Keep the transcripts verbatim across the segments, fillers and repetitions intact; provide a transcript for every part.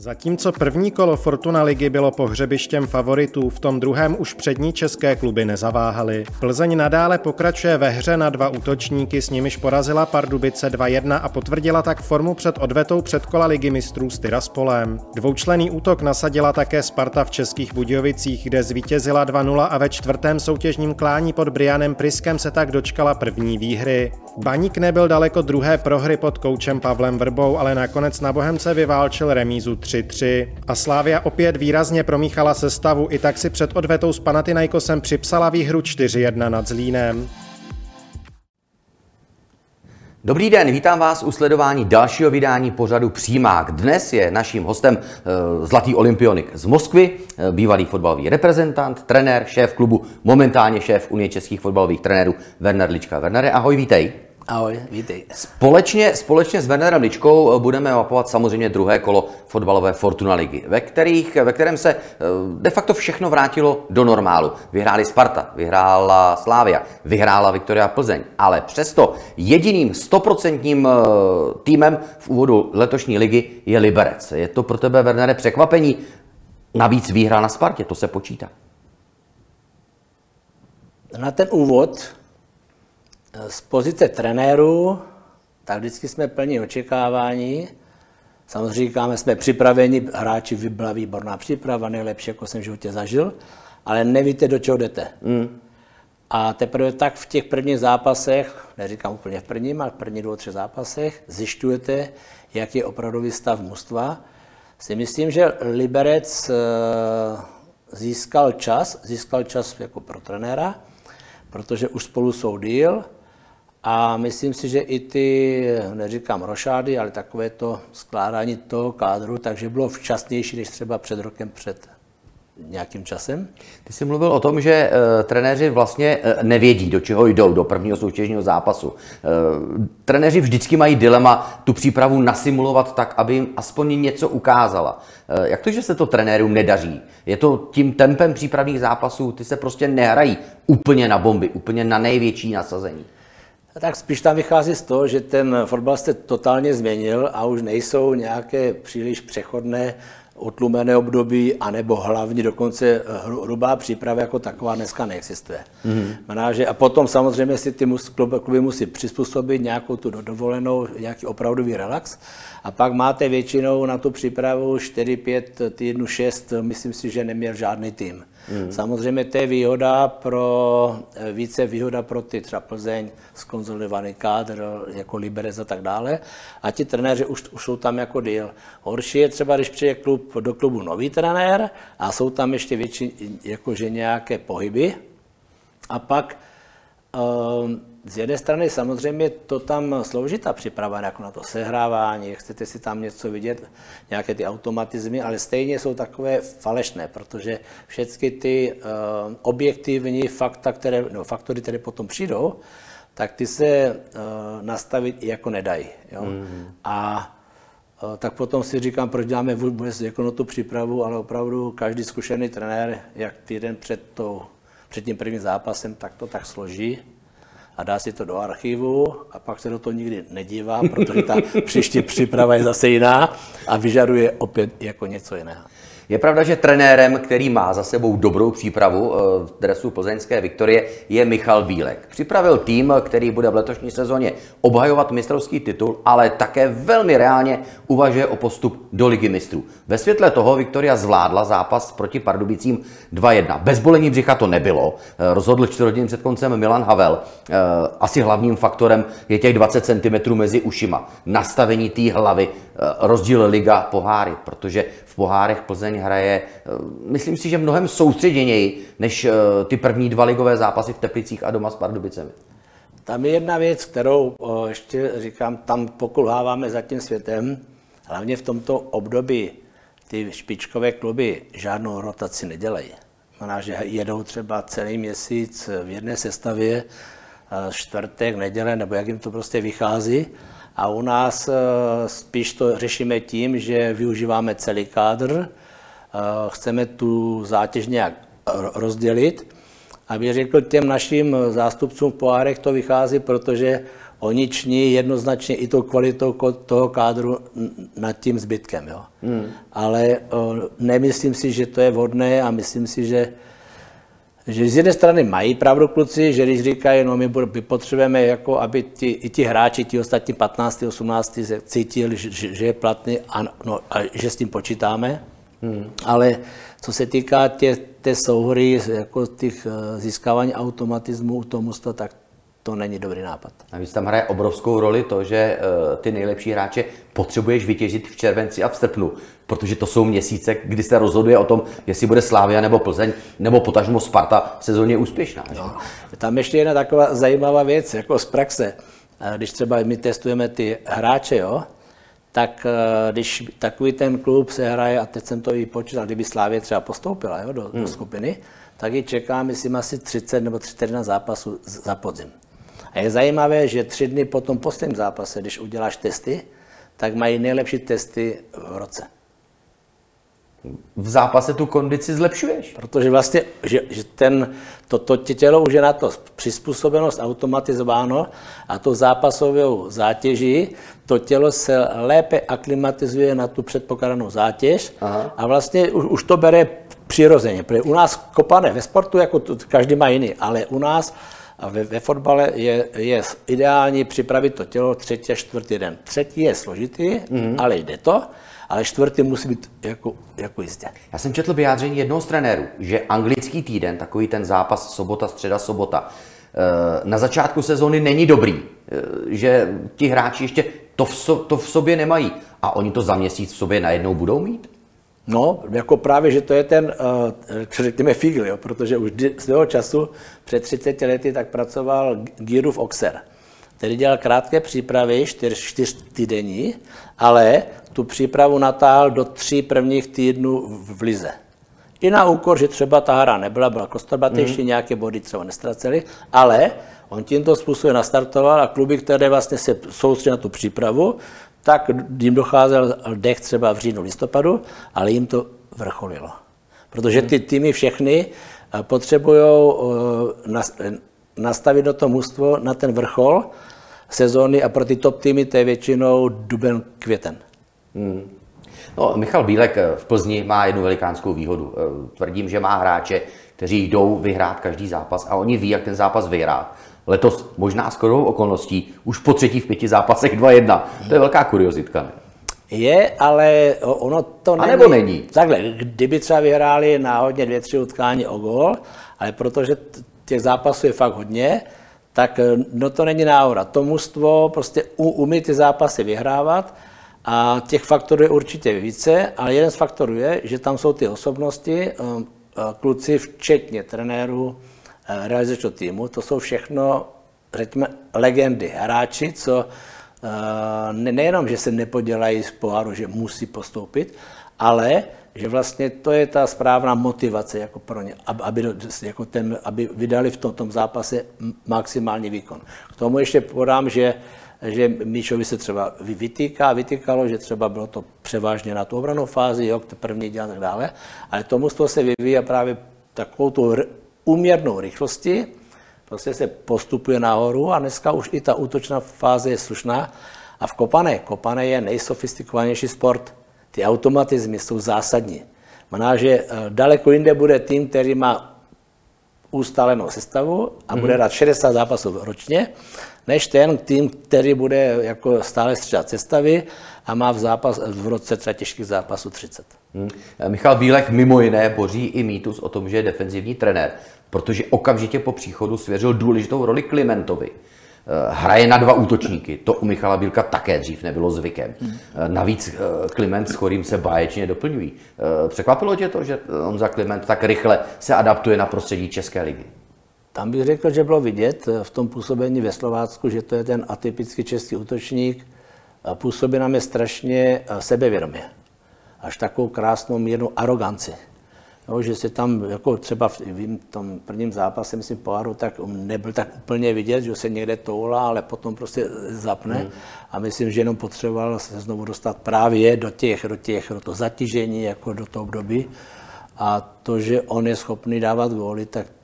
Zatímco první kolo Fortuna ligy bylo pohřebištěm favoritů, v tom druhém už přední české kluby nezaváhaly. Plzeň nadále pokračuje ve hře na dva útočníky, s nimiž porazila Pardubice dva jedna a potvrdila tak formu před odvetou předkola ligy mistrů s Tiraspolem. Dvoučlenný útok nasadila také Sparta v Českých Budějovicích, kde zvítězila dva nula a ve čtvrtém soutěžním klání pod Brianem Priskem se tak dočkala první výhry. Baník nebyl daleko druhé prohry pod koučem Pavlem Vrbou, ale nakonec na Bohemce vyválčil remízu tři tři. A Slavia opět výrazně promíchala sestavu, i tak si před odvetou s Panathinaikosem připsala výhru čtyři jedna nad Zlínem. Dobrý den, vítám vás u sledování dalšího vydání pořadu Přímák. Dnes je naším hostem e, zlatý olympionik z Moskvy, e, bývalý fotbalový reprezentant, trenér, šéf klubu, momentálně šéf Unie českých fotbalových trenérů Werner Lička. Wernere, ahoj, vítej. Ahoj, vítej. Společně, společně s Wernerem Ličkou budeme mapovat samozřejmě druhé kolo fotbalové Fortuna ligy, ve, kterých, ve kterém se de facto všechno vrátilo do normálu. Vyhráli Sparta, vyhrála Slavia, vyhrála Viktoria Plzeň, ale přesto jediným stoprocentním týmem v úvodu letošní ligy je Liberec. Je to pro tebe, Wernere, překvapení? Navíc výhra na Spartě, to se počítá. Na ten úvod z pozice trenéru, tak vždycky jsme plní očekávání. Samozřejmě říkáme, jsme připraveni, hráči byla výborná příprava, nejlepší, jako jsem v životě zažil, ale nevíte, do čeho jdete. Mm. A teprve tak v těch prvních zápasech, neříkám úplně v prvním, ale v prvních dvou, třech zápasech, zjišťujete, jak je opravdový stav mužstva. Si myslím, že Liberec získal čas, získal čas jako pro trenéra, protože už spolu jsou díl. A myslím si, že i ty, neříkám rošády, ale takové to skládání toho kádru, takže bylo včasnější, než třeba před rokem, před nějakým časem. Ty jsi mluvil o tom, že e, trenéři vlastně e, nevědí, do čeho jdou, do prvního soutěžního zápasu. E, trenéři vždycky mají dilema tu přípravu nasimulovat tak, aby jim aspoň něco ukázala. E, jak to, že se to trenérům nedaří? Je to tím tempem přípravných zápasů, ty se prostě nehrají úplně na bomby, úplně na největší nasazení. Tak spíš tam vychází z toho, že ten fotbal se totálně změnil a už nejsou nějaké příliš přechodné utlumené období, anebo hlavně dokonce hrubá příprava jako taková dneska neexistuje. Mm. Že, a potom samozřejmě si ty mus, kluby musí přizpůsobit nějakou tu dovolenou, nějaký opravdový relax. A pak máte většinou na tu přípravu čtyři pět týdnů, šest, myslím si, že neměl žádný tým. Mm. Samozřejmě to je výhoda pro, více výhoda pro ty třeba Plzeň, skonzolidovaný kádr, jako Liberec a tak dále. A ti trenéři už, už jsou tam jako díl. Horší je třeba, když přijde klub, do klubu nový trenér a jsou tam ještě větší, jakože nějaké pohyby. A pak um, z jedné strany samozřejmě to tam slouží ta příprava jako na to sehrávání, chcete si tam něco vidět, nějaké ty automatizmy, ale stejně jsou takové falešné, protože všechny ty uh, objektivní fakta, které, no, faktory, které potom přijdou, tak ty se uh, nastavit jako nedají. Jo? Mm-hmm. A uh, tak potom si říkám, proč děláme vůbec jako na tu přípravu, ale opravdu každý zkušený trenér, jak týden před, to, před tím prvním zápasem, tak to tak složí a dá si to do archivu a pak se do toho nikdy nedívá, protože ta příští příprava je zase jiná a vyžaduje opět jako něco jiného. Je pravda, že trenérem, který má za sebou dobrou přípravu v dresu plzeňské Viktorie, je Michal Bílek. Připravil tým, který bude v letošní sezóně obhajovat mistrovský titul, ale také velmi reálně uvažuje o postup do Ligy mistrů. Ve světle toho Viktoria zvládla zápas proti Pardubicím dva jedna. Bez bolení břicha to nebylo. Rozhodl čtyři hodiny před koncem Milan Havel. Asi hlavním faktorem je těch dvacet centimetrů mezi ušima. Nastavení té hlavy, rozdíl liga, poháry, protože v pohárech Plzeň hraje, myslím si, že mnohem soustředěněji než ty první dva ligové zápasy v Teplicích a doma s Pardubicemi. Tam je jedna věc, kterou ještě říkám, tam pokulháváme za tím světem, hlavně v tomto období ty špičkové kluby žádnou rotaci nedělají. Znamená, že jedou třeba celý měsíc v jedné sestavě, čtvrtek, neděle, nebo jak jim to prostě vychází. A u nás spíš to řešíme tím, že využíváme celý kádr, chceme tu zátěž nějak rozdělit. Abych řekl těm našim zástupcům v pohárech, to vychází, protože oniční jednoznačně i tou kvalitou toho kádru nad tím zbytkem. Jo. Hmm. Ale o, nemyslím si, že to je vhodné a myslím si, že, že z jedné strany mají pravdu kluci, že když říkají, no my, my potřebujeme, jako, aby ti, i ti hráči, ti ostatní patnácti, osmnácti se cítili, že, že je platný a, no, a že s tím počítáme. Hmm. Ale co se týká tě, té souhry, jako těch získávání automatismu u tomu, tak to není dobrý nápad. Navíc tam hraje obrovskou roli to, že uh, ty nejlepší hráče potřebuješ vytěžit v červenci a v srpnu, protože to jsou měsíce, kdy se rozhoduje o tom, jestli bude Slavia nebo Plzeň, nebo potažmo Sparta v sezóně úspěšná. No, tam ještě jedna taková zajímavá věc, jako z praxe. Když třeba my testujeme ty hráče, jo, tak když takový ten klub se hraje, a teď jsem to i počítal, kdyby Slavie třeba postoupila, jo, do, hmm. do skupiny, tak ji čeká, myslím, asi třicet nebo třicet jedna zápasů za podzim. A je zajímavé, že tři dny po tom posledním zápase, když uděláš testy, tak mají nejlepší testy v roce. V zápase tu kondici zlepšuješ? Protože vlastně, že, že ten, to, to tělo už je na to přizpůsobenost automatizováno a to zápasovou zátěží, to tělo se lépe aklimatizuje na tu předpokládanou zátěž. Aha. A vlastně už, už to bere přirozeně. Protože u nás kopané ve sportu, jako to, každý má jiný, ale u nás a ve, ve fotbale je, je ideální připravit to tělo třetí a čtvrtý den. Třetí je složitý, mm-hmm. ale jde to, ale čtvrtý musí být jako, jako jistě. Já jsem četl vyjádření jednoho z trenérů, že anglický týden, takový ten zápas sobota, středa, sobota, na začátku sezóny není dobrý, že ti hráči ještě to v, so, to v sobě nemají a oni to za měsíc v sobě najednou budou mít? No, jako právě, že to je ten, řekněme, figl, jo, protože už svého času před třiceti lety tak pracoval Gírův Oxer, který dělal krátké přípravy, čtyř, čtyř týdenní, ale tu přípravu natáhl do tří prvních týdnů v lize. I na úkor, že třeba ta hra nebyla, byla kostrbatější, mm. nějaké body třeba nestraceli, ale on tímto způsobem nastartoval a kluby, které vlastně se soustředí na tu přípravu, tak jim docházel dech třeba v říjnu, listopadu, ale jim to vrcholilo. Protože ty týmy všechny potřebují nastavit do toho mužstvo na ten vrchol sezóny a pro ty top týmy to je většinou duben, květen. Hmm. No, Michal Bílek v Plzni má jednu velikánskou výhodu. Tvrdím, že má hráče, kteří jdou vyhrát každý zápas a oni ví, jak ten zápas vyhrát. Letos možná shodou okolností už po třetí v pěti zápasech dva jedna. To je velká kuriozitka, ne? Je, ale ono to není. A nebo není? Takhle, kdyby třeba vyhráli náhodně dvě, tři utkání o gól, ale protože těch zápasů je fakt hodně, tak no to není náhoda. To mužstvo prostě umí ty zápasy vyhrávat a těch faktorů je určitě více, ale jeden z faktorů je, že tam jsou ty osobnosti, kluci včetně trenérů, realizačního týmu, to jsou všechno, řekněme, legendy, hráči, co ne, nejenom, že se nepodělají z poháru, že musí postoupit, ale že vlastně to je ta správná motivace jako pro ně, aby, jako ten, aby vydali v tom, tom zápase maximální výkon. K tomu ještě podám, že, že Míšovi se třeba vytýká, vytýkalo, že třeba bylo to převážně na tu obranou fázi, jo, to první děl a tak dále, ale tomu z toho se vyvíjí právě takovou tu úměrnou rychlosti, prostě se postupuje nahoru a dneska už i ta útočná fáze je slušná a v kopané, kopané je nejsofistikovanější sport. Ty automatizmy jsou zásadní. Znamená, že daleko jinde bude tým, který má ustálenou sestavu a bude hrát šedesát zápasů ročně, než ten tým, který bude jako stále střídat sestavy a má v, zápas, v roce třeba těžkých zápasů třicet. Hmm. Michal Bílek mimo jiné boří i mýtus o tom, že je defenzivní trenér, protože okamžitě po příchodu svěřil důležitou roli Klimentovi. Hraje na dva útočníky, to u Michala Bílka také dřív nebylo zvykem. Navíc Kliment s Chorým se báječně doplňují. Překvapilo tě to, že Honza Kliment tak rychle se adaptuje na prostředí České ligy? Tam bych řekl, že bylo vidět v tom působení ve Slovácku, že to je ten atypický český útočník, působí nám je strašně sebevědomě. Až takovou krásnou mírnou aroganci. No, že se tam, jako třeba v tom prvním zápase, myslím, poháru, tak nebyl tak úplně vidět, že se někde toulá, ale potom prostě zapne. Hmm. A myslím, že jenom potřeboval se znovu dostat právě do těch, do těch, do toho zatížení, jako do toho období. A to, že on je schopný dávat góly, tak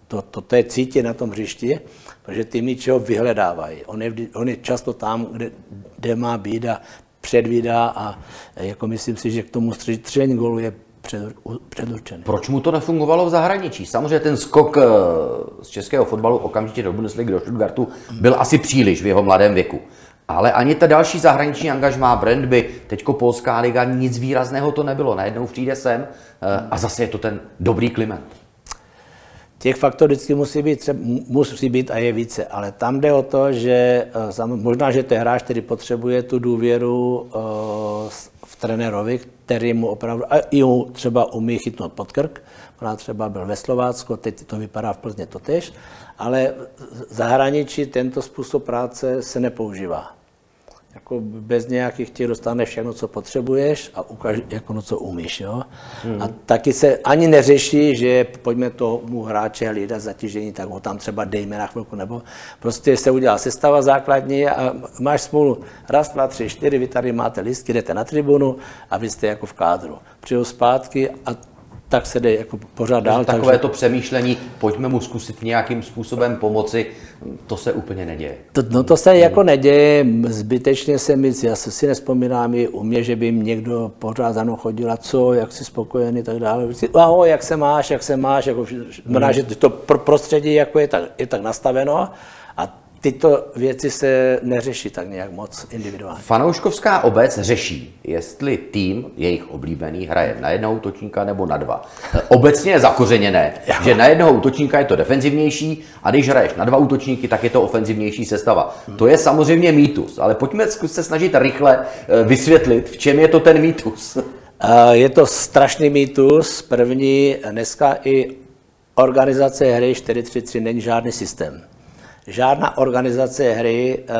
to, to, to je cítit na tom hřišti, protože ty míče ho vyhledávají. On je, on je často tam, kde, kde má být a předvídá a jako myslím si, že k tomu střelení gólu je předurčený. Proč mu to nefungovalo v zahraničí? Samozřejmě ten skok z českého fotbalu okamžitě do Bundesligy, do Stuttgartu byl asi příliš v jeho mladém věku. Ale ani ta další zahraniční angažmá, Brøndby, teďko polská liga, nic výrazného to nebylo. Najednou přijde sem a zase je to ten dobrý Kliment. Těch faktorů vždycky musí být, třeba, musí být a je více, ale tam jde o to, že možná, že to je hráč, který potřebuje tu důvěru v trenérovi, který mu opravdu, a i mu třeba umí chytnout pod krk, ona třeba byl ve Slovácku, teď to vypadá v Plzně totéž, ale v zahraničí tento způsob práce se nepoužívá. Jako bez nějakých těch dostaneš všechno, co potřebuješ a ukáž, jako no, co umíš. Jo? Hmm. A taky se ani neřeší, že pojďme tomu hráče hlídat zatížení, tak ho tam třeba dejme na chvilku, nebo prostě se udělá sestava základní a máš smůlu. Raz, dva, tři, čtyři, vy tady máte listky, jdete na tribunu a vy jste jako v kádru. Přijdu zpátky a tak se jde jako pořád dál. Takové takže to přemýšlení, pojďme mu zkusit nějakým způsobem pomoci, to se úplně neděje. To, no to se jako neděje, zbytečně se mi, já si nevzpomínám i u mě, že by jim někdo pořád za mnou chodil a co, jak jsi spokojený, tak dále. Ahoj, jak se máš, jak se máš, jako, znamená, hmm. že to prostředí jako je tak, je tak nastaveno a tyto věci se neřeší tak nějak moc individuálně. Fanouškovská obec řeší, jestli tým, jejich oblíbený, hraje na jednoho útočníka nebo na dva. Obecně je zakořeněné, že na jednoho útočníka je to defenzivnější a když hraješ na dva útočníky, tak je to ofenzivnější sestava. Hmm. To je samozřejmě mýtus, ale pojďme se snažit rychle vysvětlit, v čem je to ten mýtus. Je to strašný mýtus. První, dneska i organizace hry čtyři tři tři není žádný systém. Žádná organizace hry e,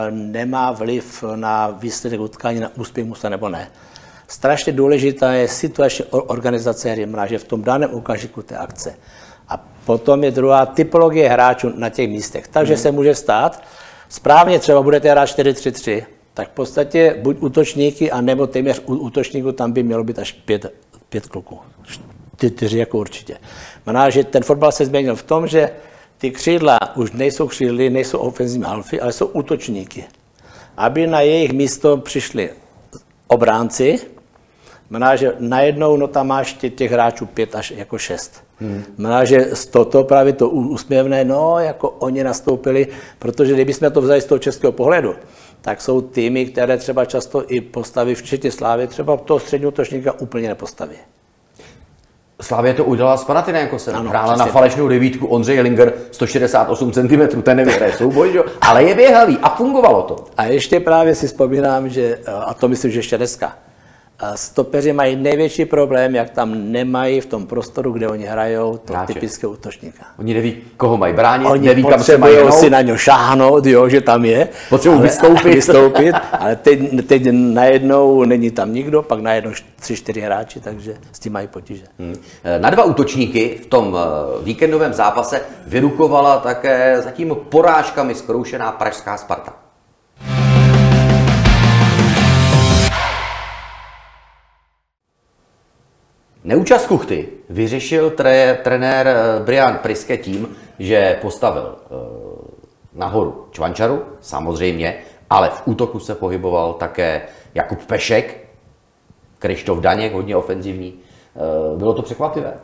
nemá vliv na výsledek utkání, na úspěch mužstva nebo ne. Strašně důležitá je situační organizace hry, že v tom daném okamžiku té akce. A potom je druhá typologie hráčů na těch místech. Takže hmm. se může stát, správně třeba budete hrát čtyři tři tři, tak v podstatě buď útočníky, anebo téměř útočníků tam by mělo být až pět, pět kluků. Čtyři jako určitě. Znamená, že ten fotbal se změnil v tom, že ty křídla už nejsou křídly, nejsou ofenzivní alfy, ale jsou útočníky. Aby na jejich místo přišli obránci, znamená, že najednou no, tam máš tě, těch hráčů pět až jako šest. Hmm. Znamená, že z toto právě to úsměvné, no, jako oni nastoupili, protože kdybychom to vzali z toho českého pohledu, tak jsou týmy, které třeba často i postaví, včetně Slávy, třeba toho středního útočníka úplně nepostaví. Slávě to udělala s Panathinaikosem. Hrála na falešnou devítku Ondřej Linger, sto šedesát osm centimetrů, ten nevyhraje souboj, jo? Ale je běhavý a fungovalo to. A ještě právě si vzpomínám, že, a to myslím, že ještě dneska, stopeři mají největší problém, jak tam nemají v tom prostoru, kde oni hrajou, to Hráče. Typického útočníka. Oni neví, koho mají bránit, oni neví, kam se mají si na něj šáhnout, jo, že tam je. Potřebují vystoupit. vystoupit. Ale teď, teď najednou není tam nikdo, pak najednou tři, čtyři hráči, takže s tím mají potíže. Hmm. Na dva útočníky v tom víkendovém zápase vyrukovala také zatím porážkami zkroušená pražská Sparta. Neúčast Kuchty vyřešil tre, trenér Brian Priske tím, že postavil e, nahoru Čvančaru, samozřejmě, ale v útoku se pohyboval také Jakub Pešek, Krištof Daněk, hodně ofenzivní. E, bylo to překvapivé?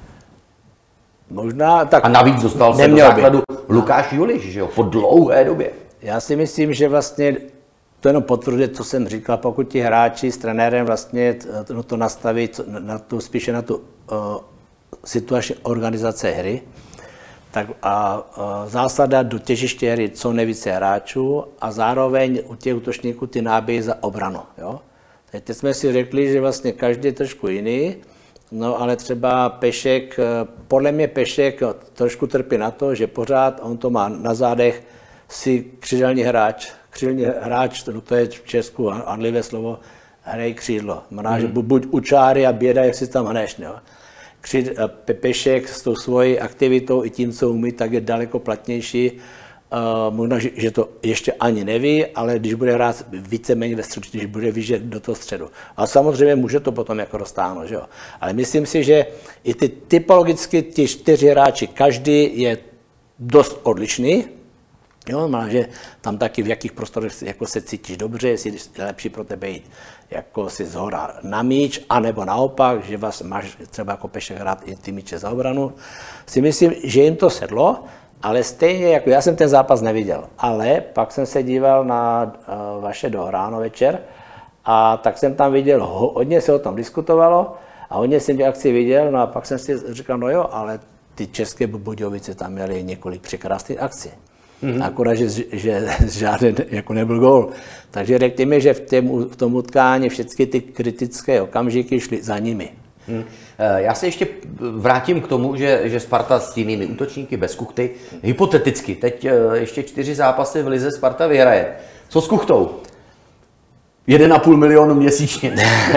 Možná tak. A navíc dostal se do základu by. Lukáš Juliš, že jo, po dlouhé době. Já si myslím, že vlastně to jenom potvrdí, co jsem říkal, pokud ti hráči s trenérem vlastně to, to nastaví na tu, spíše na tu uh, situaci organizace hry, tak a uh, zásada do těžiště hry co nejvíce hráčů a zároveň u těch útočníků ty náběhy za obranu. Jo? Teď jsme si řekli, že vlastně každý je trošku jiný, no ale třeba Pešek, podle mě Pešek trošku trpí na to, že pořád on to má na zádech si křídelní hráč, křídelní hráč, to je v Česku anglivé slovo, hrej křídlo. Znamená, že buď u čáry a běda, jak si tam hneš. Kříd, Pešek s tou svojí aktivitou i tím, co umí, tak je daleko platnější Uh, možná, že, že to ještě ani neví, ale když bude hrát víceméně ve středu, když bude vyžet do toho středu. A samozřejmě může to potom jako roztáhnout, že jo. Ale myslím si, že i ty typologicky ti čtyři hráči, každý je dost odlišný. Jo, má, že tam taky v jakých prostorech jako se cítíš dobře, jestli je lepší pro tebe jít jako si zhora na míč, anebo naopak, že vás máš třeba jako Pešek hrát i ty míče za obranu. Si myslím, že jim to sedlo, ale stejně, jako já jsem ten zápas neviděl, ale pak jsem se díval na uh, vaše dohráno večer a tak jsem tam viděl, hodně se o tom diskutovalo a hodně jsem těch akcí viděl, no a pak jsem si říkal, no jo, ale ty české Budějovice tam měly několik překrásných akcí. Mm-hmm. Akorát, že, že žádný jako nebyl gól. Takže řekněme, že v, tém, v tom utkání všechny ty kritické okamžiky šly za nimi. Hmm. Já se ještě vrátím k tomu, že, že Sparta s jinými útočníky bez Kuchty, hypoteticky, teď ještě čtyři zápasy v lize Sparta vyhraje. Co s Kuchtou? jeden a půl milionu měsíčně.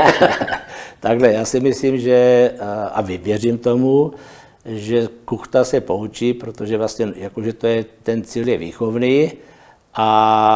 Takhle, já si myslím, že, a věřím tomu, že Kuchta se poučí, protože vlastně jakože to je, ten cíl je výchovný a,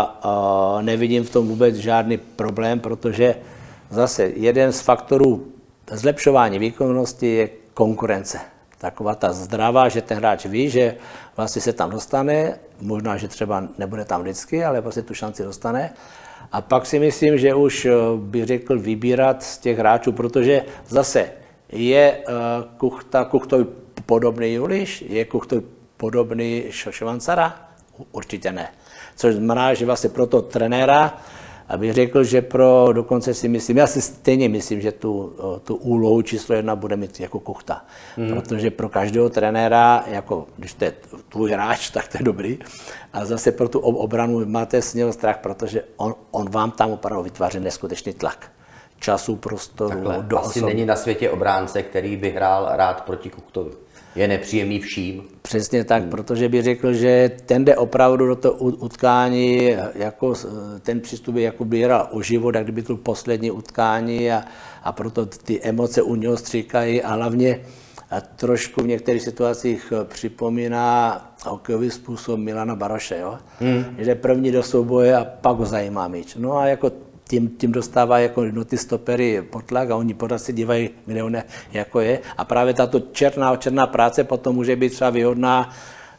a nevidím v tom vůbec žádný problém, protože zase jeden z faktorů zlepšování výkonnosti je konkurence. Taková ta zdravá, že ten hráč ví, že vlastně se tam dostane, možná, že třeba nebude tam vždycky, ale vlastně tu šanci dostane. A pak si myslím, že už bych řekl vybírat z těch hráčů, protože zase je Kuchta, Kuchtovi podobný Juliš, je Kuchtovi podobný Švancara? Určitě ne. Což znamená, že vlastně pro toho trenéra, abych řekl, že pro, dokonce si myslím, já si stejně myslím, že tu, tu úlohu číslo jedna bude mít jako Kuchta. Hmm. Protože pro každého trenéra, jako když to je tvůj hráč, tak to je dobrý. A zase pro tu obranu máte s něho strach, protože on, on vám tam opravdu vytváří neskutečný tlak. Času, prostoru, takhle, do asi osoby. Není na světě obránce, který by hrál rád proti Kuchtovi. Je nepříjemný vším. Přesně tak, hmm. protože bych řekl, že ten jde opravdu do toho utkání, jako ten přístup je, jako by hrál o život, jak kdyby to poslední utkání a, a proto ty emoce u něho stříkají a hlavně a trošku v některých situacích připomíná hokejový způsob Milana Baroše, jo? Hmm. Že první do souboje a pak ho zajímá míč. No a jako Tím, tím dostává jako no, ty stopery potlak a oni pořád se dívají, kde on jako je. A právě tato černá, černá práce potom může být třeba výhodná,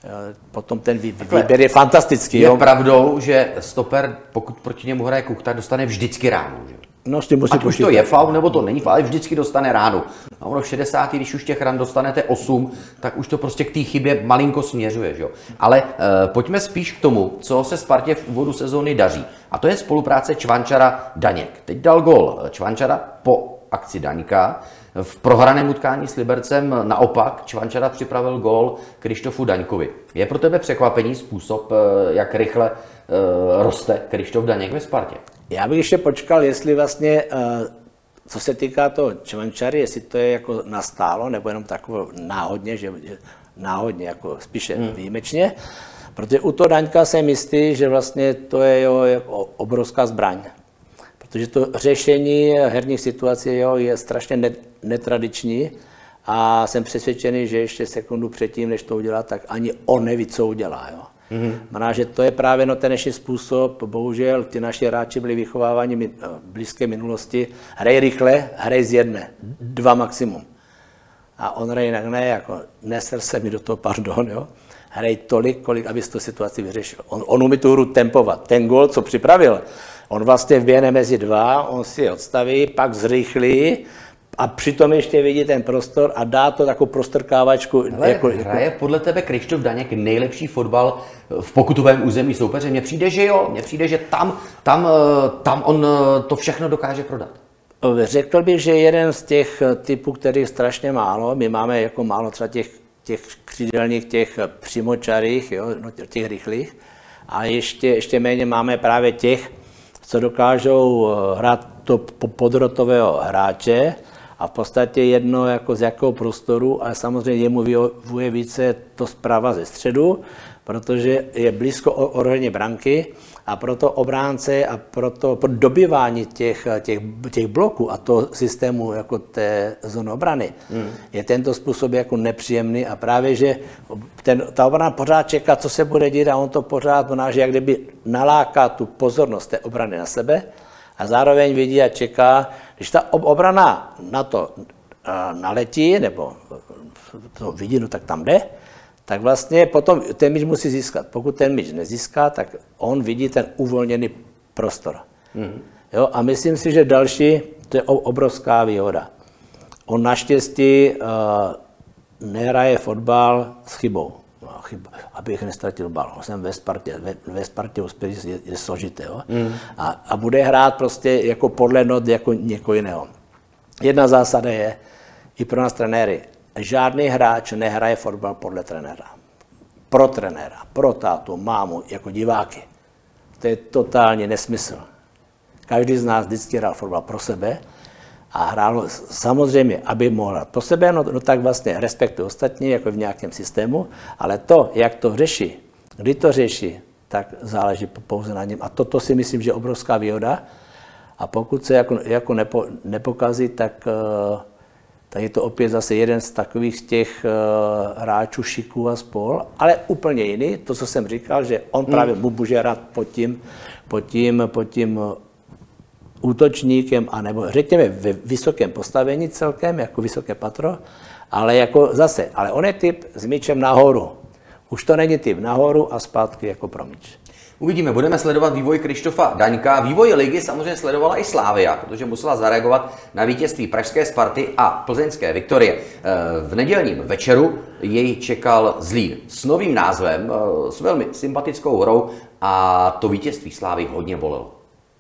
potom ten vý, výběr je fantastický. Je jo? pravdou, že stoper, pokud proti němu hraje Kuchta, dostane vždycky ránu. Že? No, s tím musí Ať už to je faul, nebo to není faul, ale vždycky dostane ránu. A ono v šedesátém když už těch ran dostanete osm, tak už to prostě k té chybě malinko směřuje. Že? Ale e, pojďme spíš k tomu, co se Spartě v úvodu sezóny daří. A to je spolupráce Čvančara-Daněk. Teď dal gól Čvančara po akci Daňka. V prohraném utkání s Libercem naopak Čvančara připravil gól Krištofu Daňkovi. Je pro tebe překvapení způsob, jak rychle e, roste Krištof Daněk ve Spartě? Já bych ještě počkal, jestli vlastně, co se týká toho Čvančary, jestli to je jako nastálo, nebo jenom takové náhodně, že náhodně, jako spíše hmm. výjimečně. Protože u toho Daňka jsem jistý, že vlastně to je jo, jako obrovská zbraň. Protože to řešení herních situací jo, je strašně netradiční a jsem přesvědčený, že ještě sekundu předtím, než to udělá, tak ani on neví, co udělá. Jo. Mm-hmm. Znamená, že to je právě no, ten dnešní způsob, bohužel ty naši hráči byli vychováváni v blízké minulosti, hrej rychle, hrej z jedné, dva maximum. A on hrej jinak ne, jako neser se mi do toho, pardon, jo. Hrej tolik, kolik, aby tu situaci vyřešil. On, on umí tu hru tempovat. Ten gól, co připravil, on vlastně vběhne mezi dva, on si odstaví, pak zrychlí, a přitom ještě vidí ten prostor a dá to takovou prostrkávačku. Ale jako, hraje podle tebe Krištof Daněk nejlepší fotbal v pokutovém území soupeře? Mně přijde, že jo. Mně přijde, že tam, tam, tam on to všechno dokáže prodat. Řekl bych, že jeden z těch typů, kterých strašně málo, my máme jako málo třeba těch, těch křídelních, těch přímočarých, jo, no, těch rychlých, a ještě, ještě méně máme právě těch, co dokážou hrát to podrotového hráče, a v podstatě jedno jako z jakého prostoru, ale samozřejmě jemu vyhovuje více to zprava ze středu, protože je blízko ohrožení branky A proto obránce a proto pro dobývání těch, těch, těch bloků a toho systému jako té zóny obrany hmm. je tento způsob jako nepříjemný a právě, že ten, ta obrana pořád čeká, co se bude dít a on to pořád znamená, že jak kdyby naláká tu pozornost té obrany na sebe a zároveň vidí a čeká, když ta obrana na to naletí nebo to vidí, no tak tam jde, tak vlastně potom ten míč musí získat. Pokud ten míč nezíská, tak on vidí ten uvolněný prostor. Mm. Jo, a myslím si, že další, to je obrovská výhoda. On naštěstí uh, nehraje fotbal s chybou. No, chyb, abych nestratil bal. Jsem ve Spartě, ve, ve Spartě je, je složité. Jo? Mm. A, a bude hrát prostě jako podle not jako někoho jiného. Jedna zásada je, i pro nás trenéry, žádný hráč nehraje fotbal podle trenéra. Pro trenéra, pro tátu, mámu, jako diváky. To je totální nesmysl. Každý z nás vždycky hrál fotbal pro sebe a hrál samozřejmě, aby mohl hrát pro sebe, no, no tak vlastně respektuje ostatní, jako v nějakém systému, ale to, jak to řeší, kdy to řeší, tak záleží pouze na něm. A toto si myslím, že je obrovská výhoda. A pokud se jako, jako nepo, nepokazí, tak... Uh, tak je to opět zase jeden z takových těch uh, hráčů šiků a spol, ale úplně jiný, to, co jsem říkal, že on hmm. právě může hrát pod tím, pod tím, pod tím uh, útočníkem, anebo řekněme ve vysokém postavení celkem, jako vysoké patro, ale jako zase, ale on je typ s míčem nahoru. Už to není typ nahoru a zpátky jako pro míč. Uvidíme, budeme sledovat vývoj Krištofa Daňka. Vývoj ligy samozřejmě sledovala i Slavia, protože musela zareagovat na vítězství pražské Sparty a plzeňské Viktorie. V nedělním večeru jej čekal Zlín s novým názvem, s velmi sympatickou hrou a to vítězství Slavii hodně bolelo.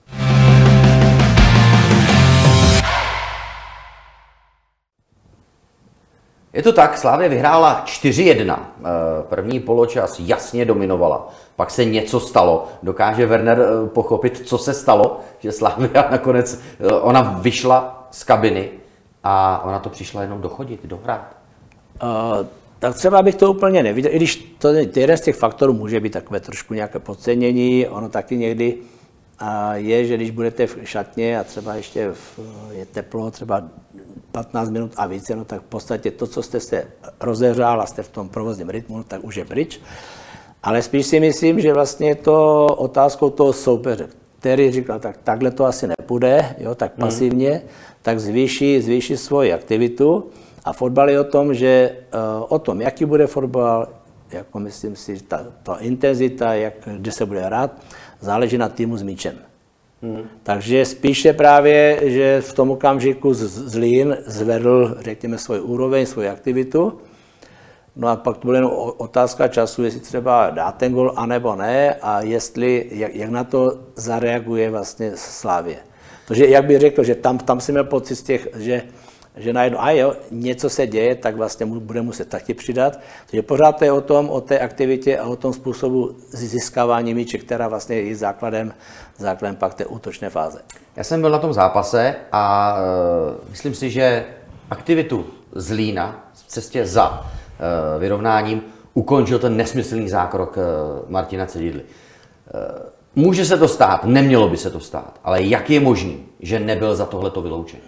Je to tak, Slavia vyhrála čtyři jedna. První poločas jasně dominovala. Pak se něco stalo. Dokáže Werner pochopit, co se stalo, že Slavia nakonec, ona vyšla z kabiny a ona to přišla jenom dochodit, dohrát. Uh, tak třeba bych to úplně neviděl, i když to, jeden z těch faktorů může být takové trošku nějaké podcenění, ono taky někdy uh, je, že když budete v šatně a třeba ještě v, je teplo, třeba patnáct minut a více, no tak v podstatě to, co jste se rozehřál a jste v tom provozním rytmu, tak už je pryč. Ale spíš si myslím, že vlastně je to otázkou toho soupeře, který říkal, tak takhle to asi nepůjde, jo, tak pasivně, hmm. tak zvýší, zvýší svoji aktivitu. A fotbal je o tom, že uh, o tom, jaký bude fotbal, jako myslím si, ta, ta intenzita, jak, kde se bude hrát, záleží na týmu s míčem. Hmm. Takže spíše právě, že v tom okamžiku Zlín zvedl, řekněme, svůj úroveň, svoji aktivitu. No a pak to bude jenom otázka času, jestli třeba dá ten gol, anebo ne, a jestli, jak, jak na to zareaguje vlastně Slavie. Takže jak bych řekl, že tam, tam si měl pocit z těch, že, že najednou, a jo, něco se děje, tak vlastně bude muset taky přidat. Takže pořád to je o tom, o té aktivitě a o tom způsobu získávání míče, která vlastně je základem, základem pak té útočné fáze. Já jsem byl na tom zápase a uh, myslím si, že aktivitu Zlína v cestě za uh, vyrovnáním ukončil ten nesmyslný zákrok uh, Martina Cedidly. Uh, může se to stát, nemělo by se to stát, ale jak je možný, že nebyl za tohleto vyloučen?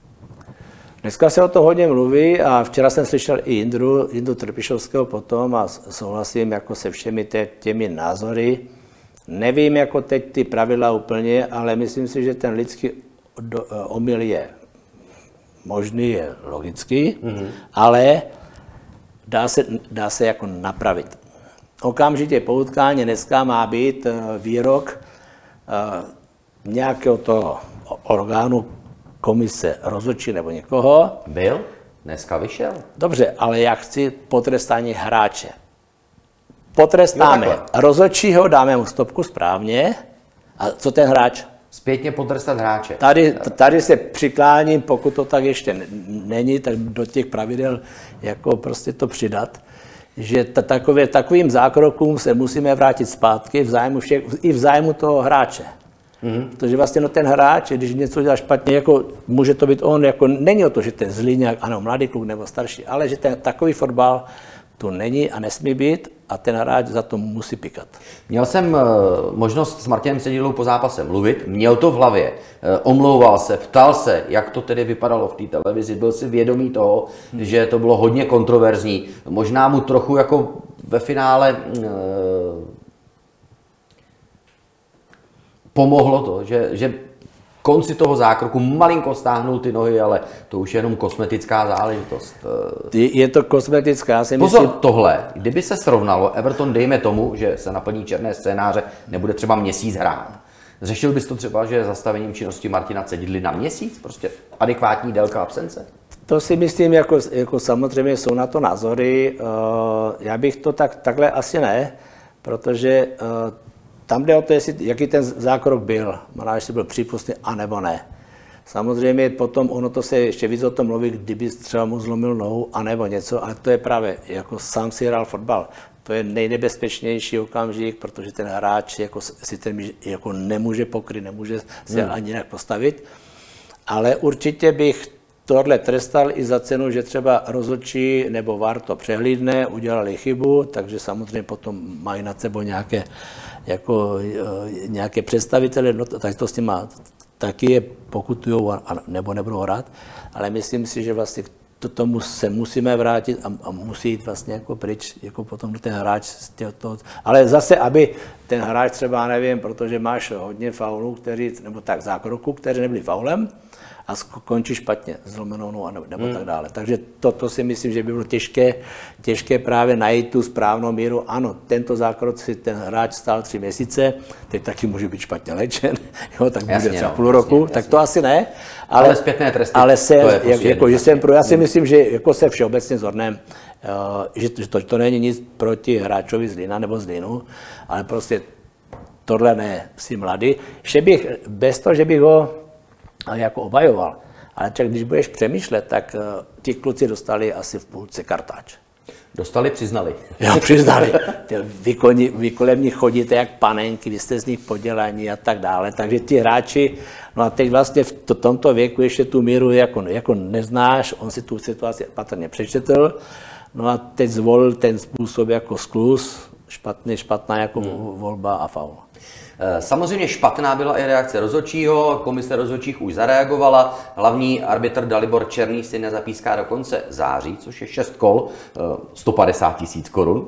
Dneska se o to hodně mluví a včera jsem slyšel i Jindru, Jindru Trpišovského potom a souhlasím jako se všemi tě, těmi názory. Nevím jako teď ty pravidla úplně, ale myslím si, že ten lidský do, omyl je možný, je logický, mm-hmm. ale dá se, dá se jako napravit. Okamžitě po utkání dneska má být výrok uh, nějakého toho orgánu, komise, rozhodčí nebo někoho. Byl? Dneska vyšel. Dobře, ale já chci potrestání hráče. Potrestáme rozhodčího, dáme mu stopku správně. A co ten hráč? Zpětně potrestat hráče. Tady, tady se přikláním, pokud to tak ještě není, tak do těch pravidel jako prostě to přidat. Že ta, takové, takovým zákrokům se musíme vrátit zpátky v zájmu všech, i v zájmu toho hráče. Mm-hmm. Protože vlastně no, ten hráč, když něco dělá špatně, jako, může to být on, jako, není o to, že ten zlý nějak, ano, mladý kluk nebo starší, ale že ten takový fotbal tu není a nesmí být a ten hráč za to musí pikat. Měl jsem možnost s Martinem Sedilou po zápase mluvit, měl to v hlavě, omlouval se, ptal se, jak to tedy vypadalo v té televizi, byl si vědomý toho, hmm. že to bylo hodně kontroverzní, možná mu trochu jako ve finále eh, pomohlo to, že, že konci toho zákroku malinko stáhnul ty nohy, ale to už je jenom kosmetická záležitost. Je to kosmetická, si Pozor, myslím... tohle, kdyby se srovnalo, Everton, dejme tomu, že se naplní černé scénáře, nebude třeba měsíc hrát. Řešil bys to třeba, že zastavením činnosti Martina Cedidly na měsíc? Prostě adekvátní délka absence? To si myslím, jako, jako samozřejmě jsou na to názory. Já bych to tak, takhle asi ne, protože tam jde o to, jestli, jaký ten zákrok byl. Možná, jestli byl přípustný, anebo ne. Samozřejmě potom ono to se ještě víc o tom mluví, kdyby třeba mu zlomil nohu, anebo něco, ale to je právě, jako sám si hrál fotbal. To je nejnebezpečnější okamžik, protože ten hráč jako, si ten jako nemůže pokryt, nemůže se hmm. ani jinak postavit. Ale určitě bych tohle trestal i za cenu, že třeba rozhodčí nebo V A R to přehlídne, udělali chybu, takže samozřejmě potom mají nad sebou nějaké, jako, nějaké představitele, no, tak to s nima taky je pokutujou nebo nebudou hrát, ale myslím si, že vlastně to tomu se musíme vrátit a, a musí jít vlastně jako pryč, jako potom ten hráč z toho, ale zase, aby ten hráč třeba, nevím, protože máš hodně faulů, který, nebo tak zákroků, které nebyly faulem, a skončí špatně, zlomenou nohu nebo, nebo hmm. tak dále. Takže to, to si myslím, že by bylo těžké, těžké právě najít tu správnou míru. Ano, tento zákrok si ten hráč stál tři měsíce, teď taky může být špatně léčen, jo, tak jasně, bude třeba no, půl roku, jasně, tak jasně. To asi ne. Ale, ale zpětné tresty, ale se, to je prostě jako, že jsem pro, já si myslím, že jako se všeobecně zhodneme, uh, že, že to, to není nic proti hráčovi z Lína nebo z Línu, ale prostě tohle ne, si mladý. Ještě bych, bez toho, že bych ho jako obhajoval. Ale čak, když budeš přemýšlet, tak uh, ti kluci dostali asi v půlce kartáč. Dostali, přiznali. Jo, přiznali. Vy, vy kolem nich chodíte jak panenky, vy jste z nich podělaní a tak dále. Takže ti hráči, no a teď vlastně v to, tomto věku ještě tu míru jako, jako neznáš, on si tu situaci patrně přečetl, no a teď zvolil ten způsob jako skluz, špatný, špatná jako hmm. volba a faul. Samozřejmě špatná byla i reakce rozhodčího, komise rozhodčích už zareagovala, hlavní arbitr Dalibor Černý si nezapíská do konce září, což je šest kol, sto padesát tisíc korun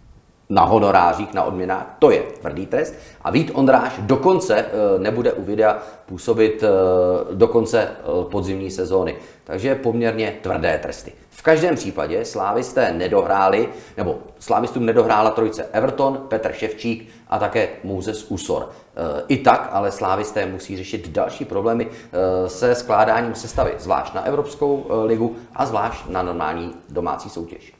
na honorářích, na odměnách, to je tvrdý trest. A Vít Ondráš dokonce nebude u videa působit do konce podzimní sezóny. Takže poměrně tvrdé tresty. V každém případě slávisté nedohráli, nebo slávistům nedohrála trojice Everton, Petr Ševčík a také Moses Usor. I tak ale slávisté musí řešit další problémy se skládáním sestavy, zvlášť na Evropskou ligu a zvlášť na normální domácí soutěž.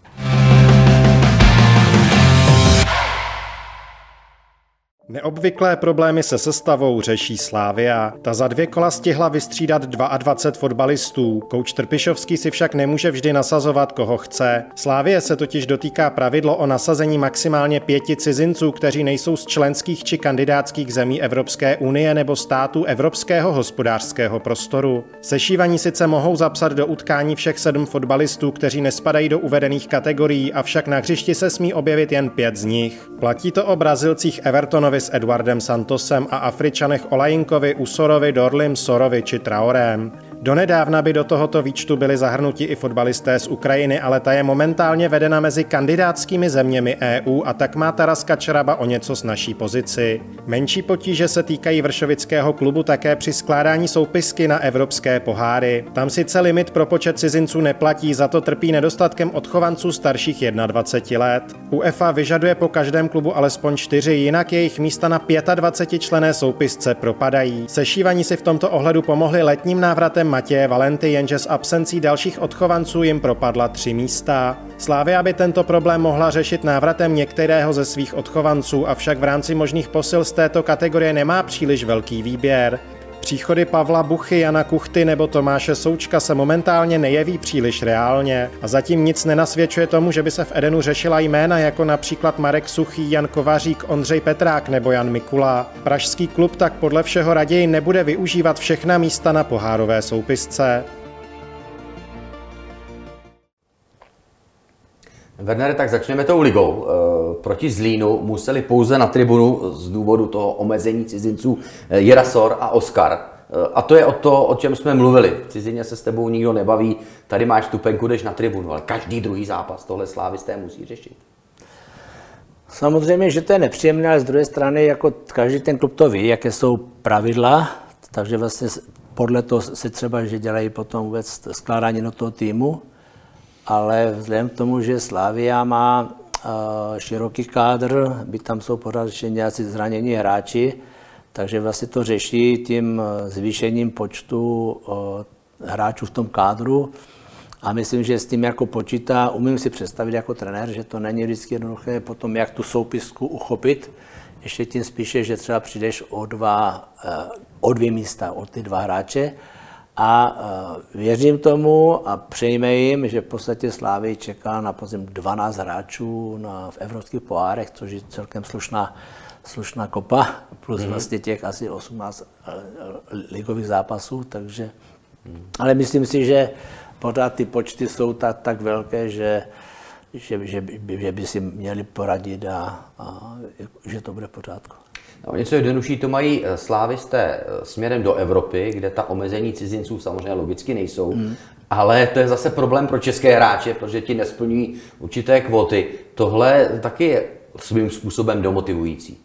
Neobvyklé problémy se sestavou řeší Slavia. Ta za dvě kola stihla vystřídat dvacet dva fotbalistů. Kouč Trpišovský si však nemůže vždy nasazovat, koho chce. Slavie se totiž dotýká pravidlo o nasazení maximálně pěti cizinců, kteří nejsou z členských či kandidátských zemí Evropské unie nebo států Evropského hospodářského prostoru. Sešívaní sice mohou zapsat do utkání všech sedm fotbalistů, kteří nespadají do uvedených kategorií, avšak na hřišti se smí objevit jen pět z nich. Platí to o Brazilcích Evertonovi s Eduardem Santosem a Afričanech Olajinkovi, Usorovi, Dorlim, Sorovi či Traorem. Donedávna by do tohoto výčtu byli zahrnuti i fotbalisté z Ukrajiny, ale ta je momentálně vedena mezi kandidátskými zeměmi E U a tak má Taras Kačeraba o něco snazší pozici. Menší potíže se týkají vršovického klubu také při skládání soupisky na evropské poháry. Tam sice limit pro počet cizinců neplatí, za to trpí nedostatkem odchovanců starších dvacet jedna let. UEFA vyžaduje po každém klubu alespoň čtyři, jinak jejich místa na dvacetičlenné soupisce propadají. Sešívaní si v tomto ohledu pomohli letním návratem Matěje Valenty, jenže s absencí dalších odchovanců jim propadla tři místa. Slavia by tento problém mohla řešit návratem některého ze svých odchovanců, avšak v rámci možných posil z této kategorie nemá příliš velký výběr. Příchody Pavla Buchy, Jana Kuchty nebo Tomáše Součka se momentálně nejeví příliš reálně a zatím nic nenasvědčuje tomu, že by se v Edenu řešila jména jako například Marek Suchý, Jan Kovařík, Ondřej Petrák nebo Jan Mikula. Pražský klub tak podle všeho raději nebude využívat všechna místa na pohárové soupisce. Wernere, tak začneme tou ligou. proti Zlínu museli pouze na tribunu z důvodu toho omezení cizinců Jirasor a Oskar. A to je o to, o čem jsme mluvili. V cizině se s tebou nikdo nebaví, tady máš stupenku, jdeš na tribunu, ale každý druhý zápas tohle slávisté musí řešit. Samozřejmě, že to je nepříjemné, ale z druhé strany, jako každý ten klub to ví, jaké jsou pravidla, takže vlastně podle toho se třeba, že dělají potom vůbec skládání do toho týmu, ale vzhledem k tomu, že Slavia má uh, široký kádr, byť tam jsou pořád ještě nějací zranění hráči, takže vlastně to řeší tím zvýšením počtu uh, hráčů v tom kádru. A myslím, že s tím jako počítá, umím si představit jako trenér, že to není vždycky jednoduché potom, jak tu soupisku uchopit. Ještě tím spíše, že třeba přijdeš o, dva, o dvě místa, o ty dva hráče. A věřím tomu a přejme jim, že v podstatě Slavii čeká na podzim dvanáct hráčů na, v evropských pohárech, což je celkem slušná, slušná kopa, plus mm-hmm. vlastně těch asi osmnáct ligových zápasů. Takže, mm. Ale myslím si, že pořád ty počty jsou tak, tak velké, že, že, že, by, že by si měli poradit a, a že to bude v pořádku. No, něco jednodušší to mají slávisté směrem do Evropy, kde ta omezení cizinců samozřejmě logicky nejsou, hmm. ale to je zase problém pro české hráče, protože ti nesplňují určité kvóty. Tohle taky je svým způsobem demotivující.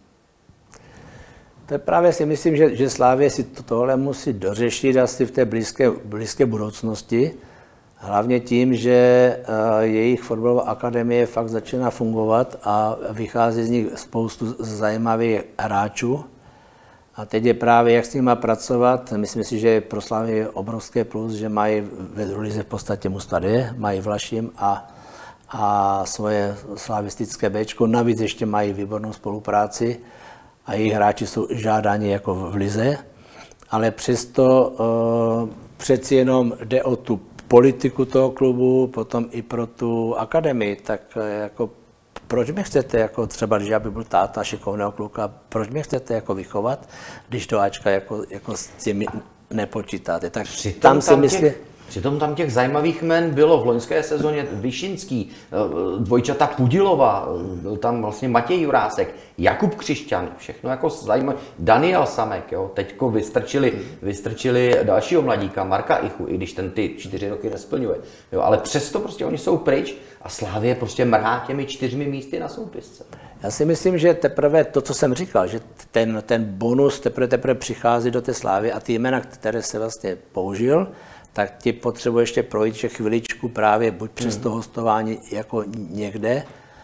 To je právě si myslím, že, že Slavie si to, tohle musí dořešit asi v té blízké, blízké budoucnosti. Hlavně tím, že uh, jejich fotbalová akademie fakt začíná fungovat a vychází z nich spoustu zajímavých hráčů. A teď je právě, jak s nimi má pracovat. Myslím si, že pro Slavii je obrovské plus, že mají ve druhé lize v podstatě Mustade, mají Vlašim a, a svoje slavistické béčko. Navíc ještě mají výbornou spolupráci a jejich hráči jsou žádáni jako v lize. Ale přesto uh, přeci jenom jde o tu politiku toho klubu, potom i pro tu akademii, tak jako proč mě chcete, jako třeba když já by byl táta šikovného kluka, proč mě chcete jako vychovat, když do Ačka jako, jako s těmi nepočítáte. Tak přitom tam si myslím... Přitom tam těch zajímavých men bylo v loňské sezóně Vyšinský, dvojčata Pudilova, byl tam vlastně Matěj Jurásek, Jakub Křišťan, všechno jako zajímavé. Daniel Samek, jo, teďko vystrčili, vystrčili dalšího mladíka, Marka Ichu, i když ten ty čtyři roky nesplňuje. Jo, ale přesto prostě oni jsou pryč a Slavie prostě mrhá těmi čtyřmi místy na soupisce. Já si myslím, že teprve to, co jsem říkal, že ten, ten bonus teprve, teprve přichází do té Slavie a ty jména, které se vlastně použil, tak ti potřebuje ještě projít že chviličku právě buď přes to hostování jako někde.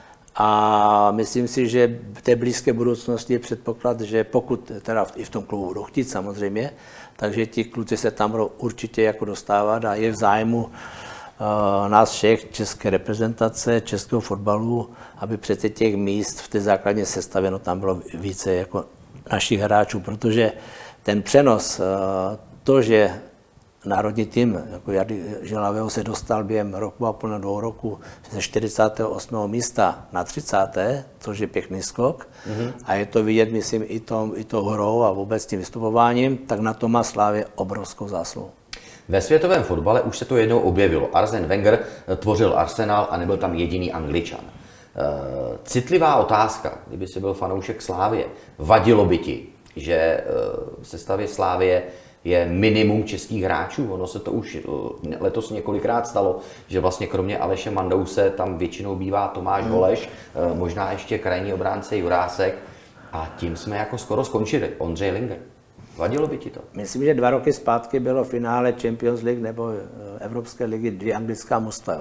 A myslím si, že v té blízké budoucnosti je předpoklad, že pokud teda i v tom klubu budou chtít samozřejmě, takže ti kluci se tam budou určitě jako dostávat a je v zájmu uh, nás všech, české reprezentace, českého fotbalu, aby přece těch míst v té základní sestavě no, tam bylo více jako našich hráčů, protože ten přenos, uh, to, že národní tým jako Jardy Žilavého se dostal během roku a půl na dvou roku ze čtyřicátého osmého místa na třicáté což je pěkný skok. Mm-hmm. A je to vidět, myslím, i to, i to hrou a vůbec tím vystupováním, tak na to má Slavie obrovskou zásluhu. Ve světovém fotbale už se to jednou objevilo. Arsène Wenger tvořil Arsenal a nebyl tam jediný Angličan. Citlivá otázka, kdyby si byl fanoušek Slavie, vadilo by ti, že v sestavě Slavie je minimum českých hráčů. Ono se to už letos několikrát stalo, že vlastně kromě Aleše Mandouse tam většinou bývá Tomáš Holeš, možná ještě krajní obránce Jurásek a tím jsme jako skoro skončili. Ondřej Linger. Vadilo by ti to? Myslím, že dva roky zpátky bylo v finále Champions League nebo Evropské ligy dvě anglická mužstva.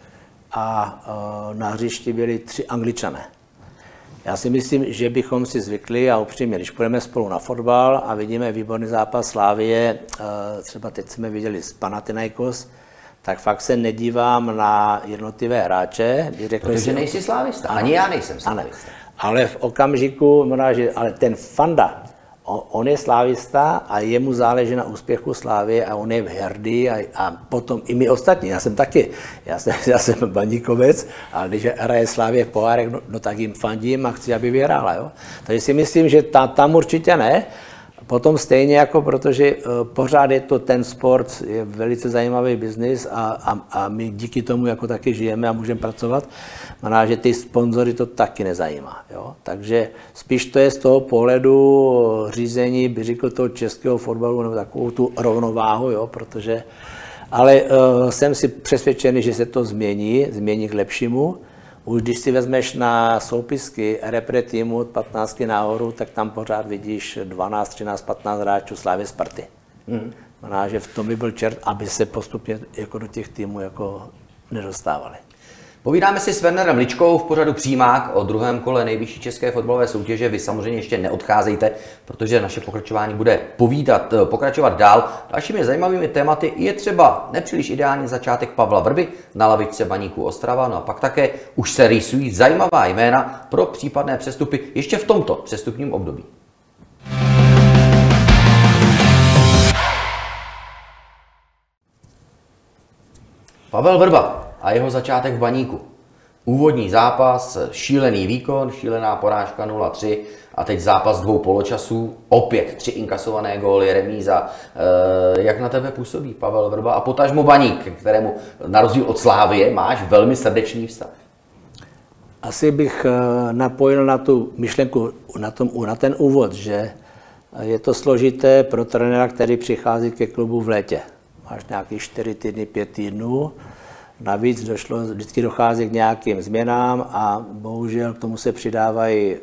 A na hřišti byli tři Angličané. Já si myslím, že bychom si zvykli a upřímně, když půjdeme spolu na fotbal a vidíme výborný zápas Slavie, třeba teď jsme viděli z Panathinaikos, tak fakt se nedívám na jednotlivé hráče. Protože si, nejsi slávista, ani já nejsem slávista. Ale v okamžiku, ale ten Fanda, on je slávista a jemu záleží na úspěchu Slávie a on je hrdý a, a potom i my ostatní. Já jsem taky, já jsem, já jsem bandíkovec, ale když hraje Slávie v pohárech, no, no tak jim fandím a chci, aby vyhrála. Jo? Takže si myslím, že ta, tam určitě ne. Potom stejně jako, protože pořád je to ten sport, je velice zajímavý biznis a, a, a my díky tomu jako taky žijeme a můžeme pracovat, znamená, že ty sponzory to taky nezajímá. Jo? Takže spíš to je z toho pohledu řízení, by řekl toho českého fotbalu, nebo takovou tu rovnováhu, jo? Protože, ale uh, jsem si přesvědčený, že se to změní, změní k lepšímu. Už když si vezmeš na soupisky repre týmu od patnácti nahoru, tak tam pořád vidíš dvanáct, třináct, patnáct hráčů Slávy Sparty. Mm. Znamená, že v tom by byl čert, aby se postupně jako do těch týmů jako nedostávali. Povídáme si s Wernerem Ličkou v pořadu Přímák o druhém kole nejvyšší české fotbalové soutěže. Vy samozřejmě ještě neodcházejte, protože naše pokračování bude povídat, pokračovat dál. Dalšími zajímavými tématy je třeba nepříliš ideální začátek Pavla Vrby na lavičce Baníku Ostrava, no a pak také už se rýsují zajímavá jména pro případné přestupy ještě v tomto přestupním období. Pavel Vrba a jeho začátek v Baníku. Úvodní zápas, šílený výkon, šílená porážka nula tři a teď zápas dvou poločasů, opět tři inkasované góly, remíza. E, jak na tebe působí Pavel Vrba a potažmo Baník, kterému na rozdíl od Slávie máš velmi srdečný vztah? Asi bych napojil na tu myšlenku, na, tom, na ten úvod, že je to složité pro trenéra, který přichází ke klubu v létě. Máš nějakých čtyři týdny, pět týdnů. Navíc došlo, vždycky dochází k nějakým změnám a bohužel k tomu se přidávají uh,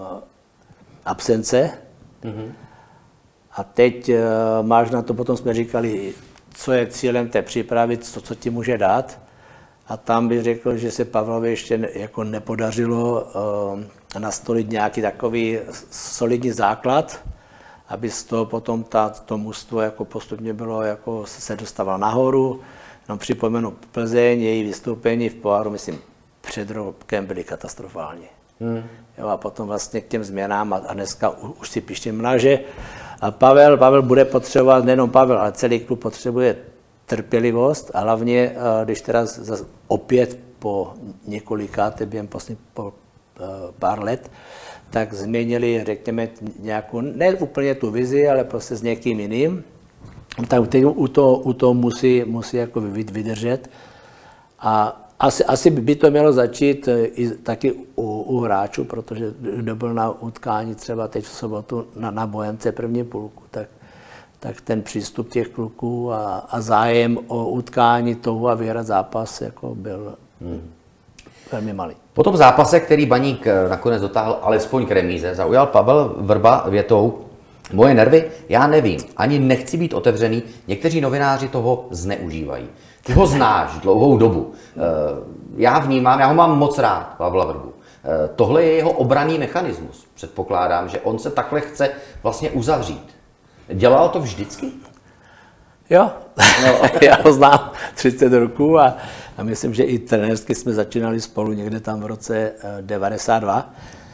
absence. Mm-hmm. A teď uh, máš na to, potom jsme říkali, co je cílem té přípravy, co, co ti může dát. A tam bych řekl, že se Pavlovi ještě ne, jako nepodařilo uh, nastolit nějaký takový solidní základ, aby z toho potom ta, to mužstvo jako postupně bylo, jako se dostávalo nahoru. No, připomenu Plzeň, její vystoupení v poháru, myslím, před rokem byly katastrofální. Hmm. Jo, a potom vlastně k těm změnám a, a dneska u, už si píštěm, že a Pavel, Pavel bude potřebovat, nejenom Pavel, ale celý klub potřebuje trpělivost a hlavně, když teda zase opět po několikáté během posledních po, pár let, tak změnili, řekněme, nějakou, ne úplně tu vizi, ale prostě s někým jiným. Tak teď u toho, u toho musí, musí jako vydržet. A asi, asi by to mělo začít i taky u, u hráčů, protože kdo byl na utkání třeba teď v sobotu na, na Bojence první půlku, tak, tak ten přístup těch kluků a, a zájem o utkání toho a vyhrát zápas jako byl hmm. velmi malý. Po tom zápase, který Baník nakonec dotáhl alespoň k remíze, zaujal Pavel Vrba větou: moje nervy, já nevím, ani nechci být otevřený, někteří novináři toho zneužívají. Ty ho znáš dlouhou dobu. Já vnímám, já ho mám moc rád, Pavla Vrbu. Tohle je jeho obranný mechanismus. Předpokládám, že on se takhle chce vlastně uzavřít. Dělal to vždycky? Jo, no, já ho znám třicet roků a, a myslím, že i trenérsky jsme začínali spolu někde tam v roce devadesát dva.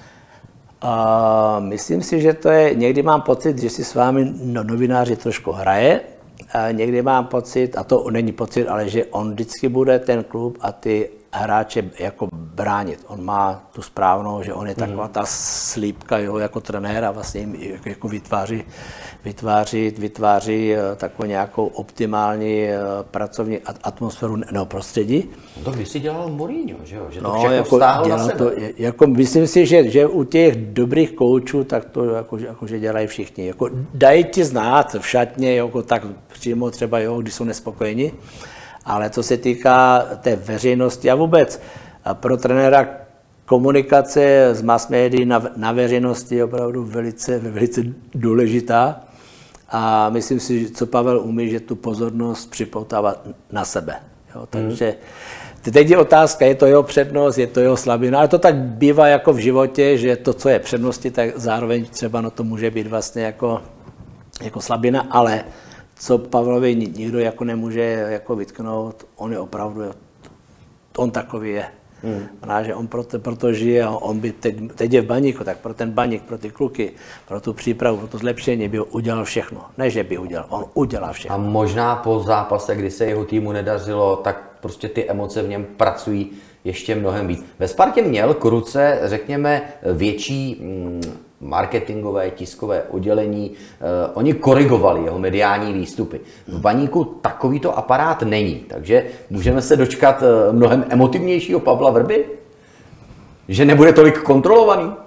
A myslím si, že to je, někdy mám pocit, že si s vámi no, novináři trošku hraje, a někdy mám pocit, a to není pocit, ale že on vždycky bude ten klub a ty hráče jako bránit. On má tu správnou, že on je taková ta slípka, jo, jako trenér a vlastně jim jako, jako vytváří, vytváří, vytváří takovou nějakou optimální pracovní atmosféru nebo prostředí. No to když si dělal Mourinho, že jo? Že to no, všechno jako, vztáhl na sebe. To, jako, myslím si, že, že u těch dobrých koučů tak to jako, jako, že dělají všichni. Jako, dají ti znát v šatně, jako, tak přímo třeba, jo, když jsou nespokojeni. Ale co se týká té veřejnosti a vůbec pro trenéra komunikace s mass médií na, na veřejnosti je opravdu velice, velice důležitá. A myslím si, že co Pavel umí, že tu pozornost připoutává na sebe. Jo, takže teď je otázka, je to jeho přednost, je to jeho slabina, ale to tak bývá jako v životě, že to, co je přednosti, tak zároveň třeba no to může být vlastně jako, jako slabina, ale co Pavlovi nikdo jako nemůže jako vytknout, on je opravdu, on takový je. Hmm. Ona, že on proto, proto žije, on by teď, teď je v Baníku, tak pro ten Baník, pro ty kluky, pro tu přípravu, pro to zlepšení by udělal všechno. Ne, že by udělal, on udělá všechno. A možná po zápase, kdy se jeho týmu nedařilo, tak prostě ty emoce v něm pracují ještě mnohem víc. Ve Spartě měl k ruce, řekněme, větší mm, marketingové, tiskové oddělení, eh, oni korigovali jeho mediální výstupy. V Baníku takovýto aparát není, takže můžeme se dočkat eh, mnohem emotivnějšího Pavla Vrby? Že nebude tolik kontrolovaný? Uh,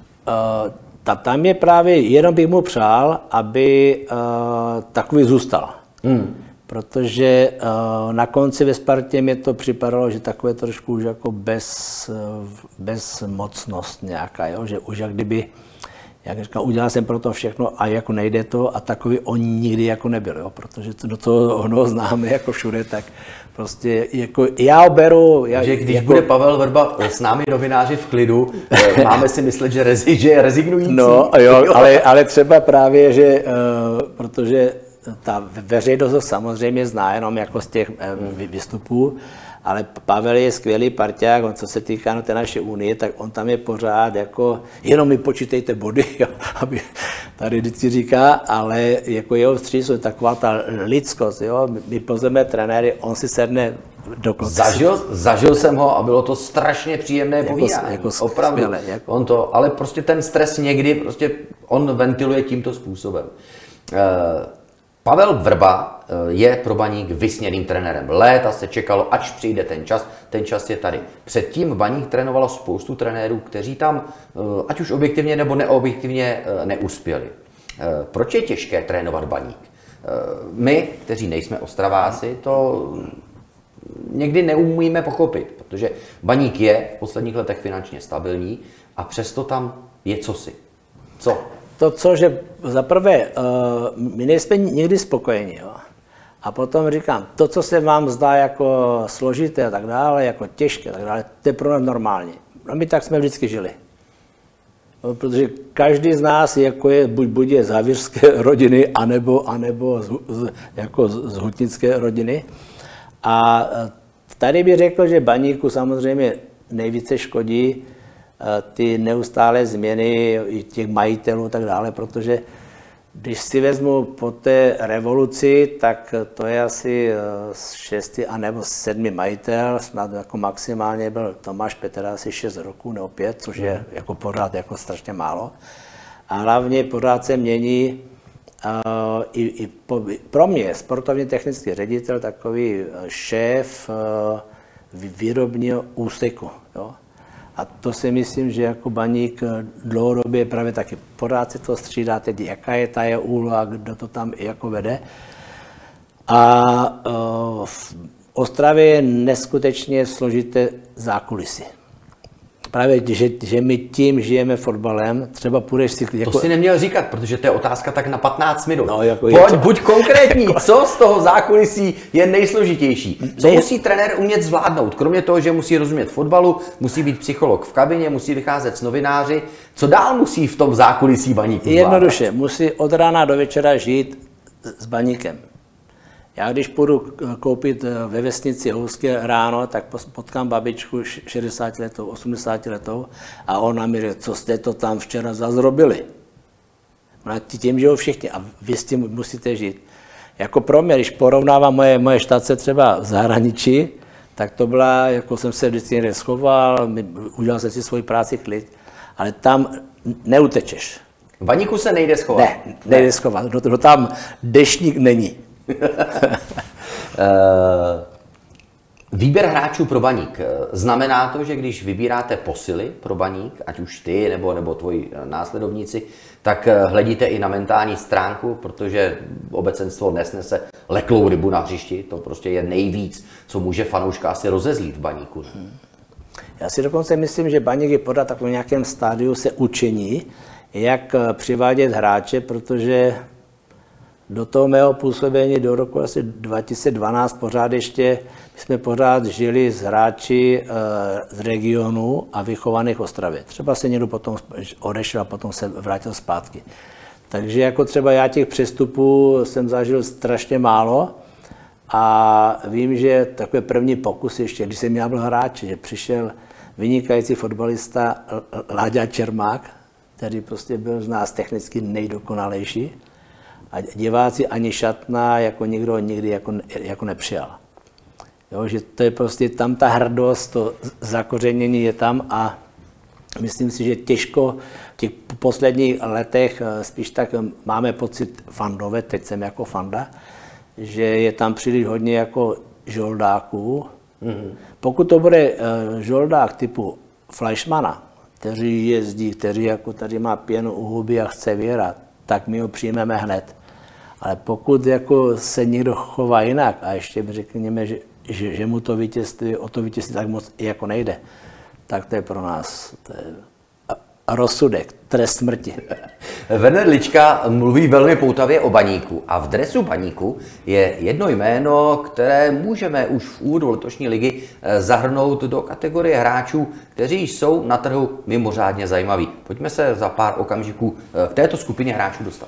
ta, tam je právě, jenom bych mu přál, aby uh, takový zůstal. Hmm. Protože uh, na konci ve Spartě mi to připadalo, že takové trošku už jako bez, uh, bezmocnost nějaká, jo? Že už jak kdyby, jak říkám, udělal jsem pro to všechno a jako nejde to a takový on nikdy jako nebyl, jo? Protože to, do toho ono známe jako všude, tak prostě jako já ho beru. Já, že když jako, bude Pavel Vrba s námi novináři v klidu, máme si myslet, že, rezi, že je rezignující. No jo, ale, ale třeba právě, že uh, protože ta veřejnost samozřejmě zná jenom jako z těch výstupů, ale Pavel je skvělý parťák, on co se týká no, té naší unie, tak on tam je pořád jako, jenom mi počítejte body, jo, aby tady vždycky říká, ale jako jeho vstříc je taková ta lidskost, jo, my pozveme trenéry, on si sedne dokonce. Zažil, zažil jsem ho a bylo to strašně příjemné povídání, jako, jako opravdu. Skvěle, jako. On to, ale prostě ten stres někdy, prostě on ventiluje tímto způsobem. Uh, Pavel Vrba je pro Baník vysněným trenérem. Léta se čekalo, až přijde ten čas, ten čas je tady. Předtím Baník trénovalo spoustu trenérů, kteří tam, ať už objektivně nebo neobjektivně, neuspěli. Proč je těžké trénovat Baník? My, kteří nejsme Ostraváci, to někdy neumíme pochopit, protože Baník je v posledních letech finančně stabilní a přesto tam je cosi. Co? To, co, že za prvé, my nejsme nikdy spokojeni. Jo. A potom říkám, to, co se vám zdá jako složité a tak dále, jako těžké a tak dále, to je pro nás normální. A my tak jsme vždycky žili. No, protože každý z nás jako je, buď, buď je z havířské rodiny, anebo, anebo z, z, jako z, z hutnické rodiny. A tady bych řekl, že Baníku samozřejmě nejvíce škodí ty neustálé změny těch majitelů a tak dále, protože když si vezmu po té revoluci, tak to je asi z šesti a nebo sedmi majitel, snad jako maximálně byl Tomáš Petr asi šest roků nebo pět, což je jako pořád jako strašně málo. A hlavně pořád se mění uh, i, i po, pro mě sportovně technický ředitel, takový šéf uh, výrobního úseku. Jo? A to si myslím, že jako Baník dlouhodobě právě taky pořád se to střídá, teď jaká je ta je úloha, kdo to tam jako vede. A uh, v Ostravě je neskutečně složité zákulisí. Právě, že, že my tím žijeme fotbalem, třeba půjdeš si... Jako... To si neměl říkat, protože to je otázka tak na patnáct minut. No, jako Pojď, to... buď konkrétní, co z toho zákulisí je nejsložitější? Co Nej... musí trenér umět zvládnout? Kromě toho, že musí rozumět fotbalu, musí být psycholog v kabině, musí vycházet s novináři. Co dál musí v tom zákulisí Baníku zvládat? Jednoduše, musí od rána do večera žít s Baníkem. Já když půjdu koupit ve vesnici Houské ráno, tak potkám babičku šedesáti letou, osmdesáti letou a ona mi řekne, co jste to tam včera zazrobili. Ona tím žijou všichni a vy s tím musíte žít. Jako pro mě, když porovnávám moje, moje štace třeba v zahraničí, tak to byla, jako jsem se vždycky někde schoval, udělal jsem si svoji práci klid, ale tam neutečeš. V Baníku se nejde schovat? Ne, nejde ne. schovat, no, no tam deštník není. Výběr hráčů pro Baník. Znamená to, že když vybíráte posily pro Baník, ať už ty nebo, nebo tvoji následovníci, tak hledíte i na mentální stránku, protože obecenstvo nesnese leklou rybu na hřišti. To prostě je nejvíc, co může fanouška asi rozezlít v Baníku. Já si dokonce myslím, že Baník je pořád takovém nějakém stádiu se učení, jak přivádět hráče, protože do toho mého působení do roku asi dva tisíce dvanáct pořád ještě, my jsme pořád žili s hráči z regionu a vychovaných v Ostravě. Třeba se někdo potom odešel a potom se vrátil zpátky. Takže jako třeba já těch přestupů jsem zažil strašně málo a vím, že takové první pokus ještě, když jsem já byl hráč, že přišel vynikající fotbalista Láďa Čermák, který prostě byl z nás technicky nejdokonalejší. A diváci ani Šatna jako nikdo nikdy jako, jako nepřijal. Jo, že to je prostě tam ta hrdost, to zakořenění je tam a myslím si, že těžko v těch posledních letech spíš tak máme pocit fandové, teď jsem jako fanda, že je tam příliš hodně jako žoldáků. Mm-hmm. Pokud to bude žoldák typu Fleischmana, který jezdí, který jako tady má pěnu u huby a chce vyhrát, tak my ho přijmeme hned. Ale pokud jako se někdo chová jinak a ještě řekněme, že, že, že mu to vítězství, o to vítězství tak moc jako nejde, tak to je pro nás to je rozsudek, trest smrti. Werner Lička mluví velmi poutavě o Baníku a v dresu Baníku je jedno jméno, které můžeme už v úvodu letošní ligy zahrnout do kategorie hráčů, kteří jsou na trhu mimořádně zajímaví. Pojďme se za pár okamžiků v této skupině hráčů dostat.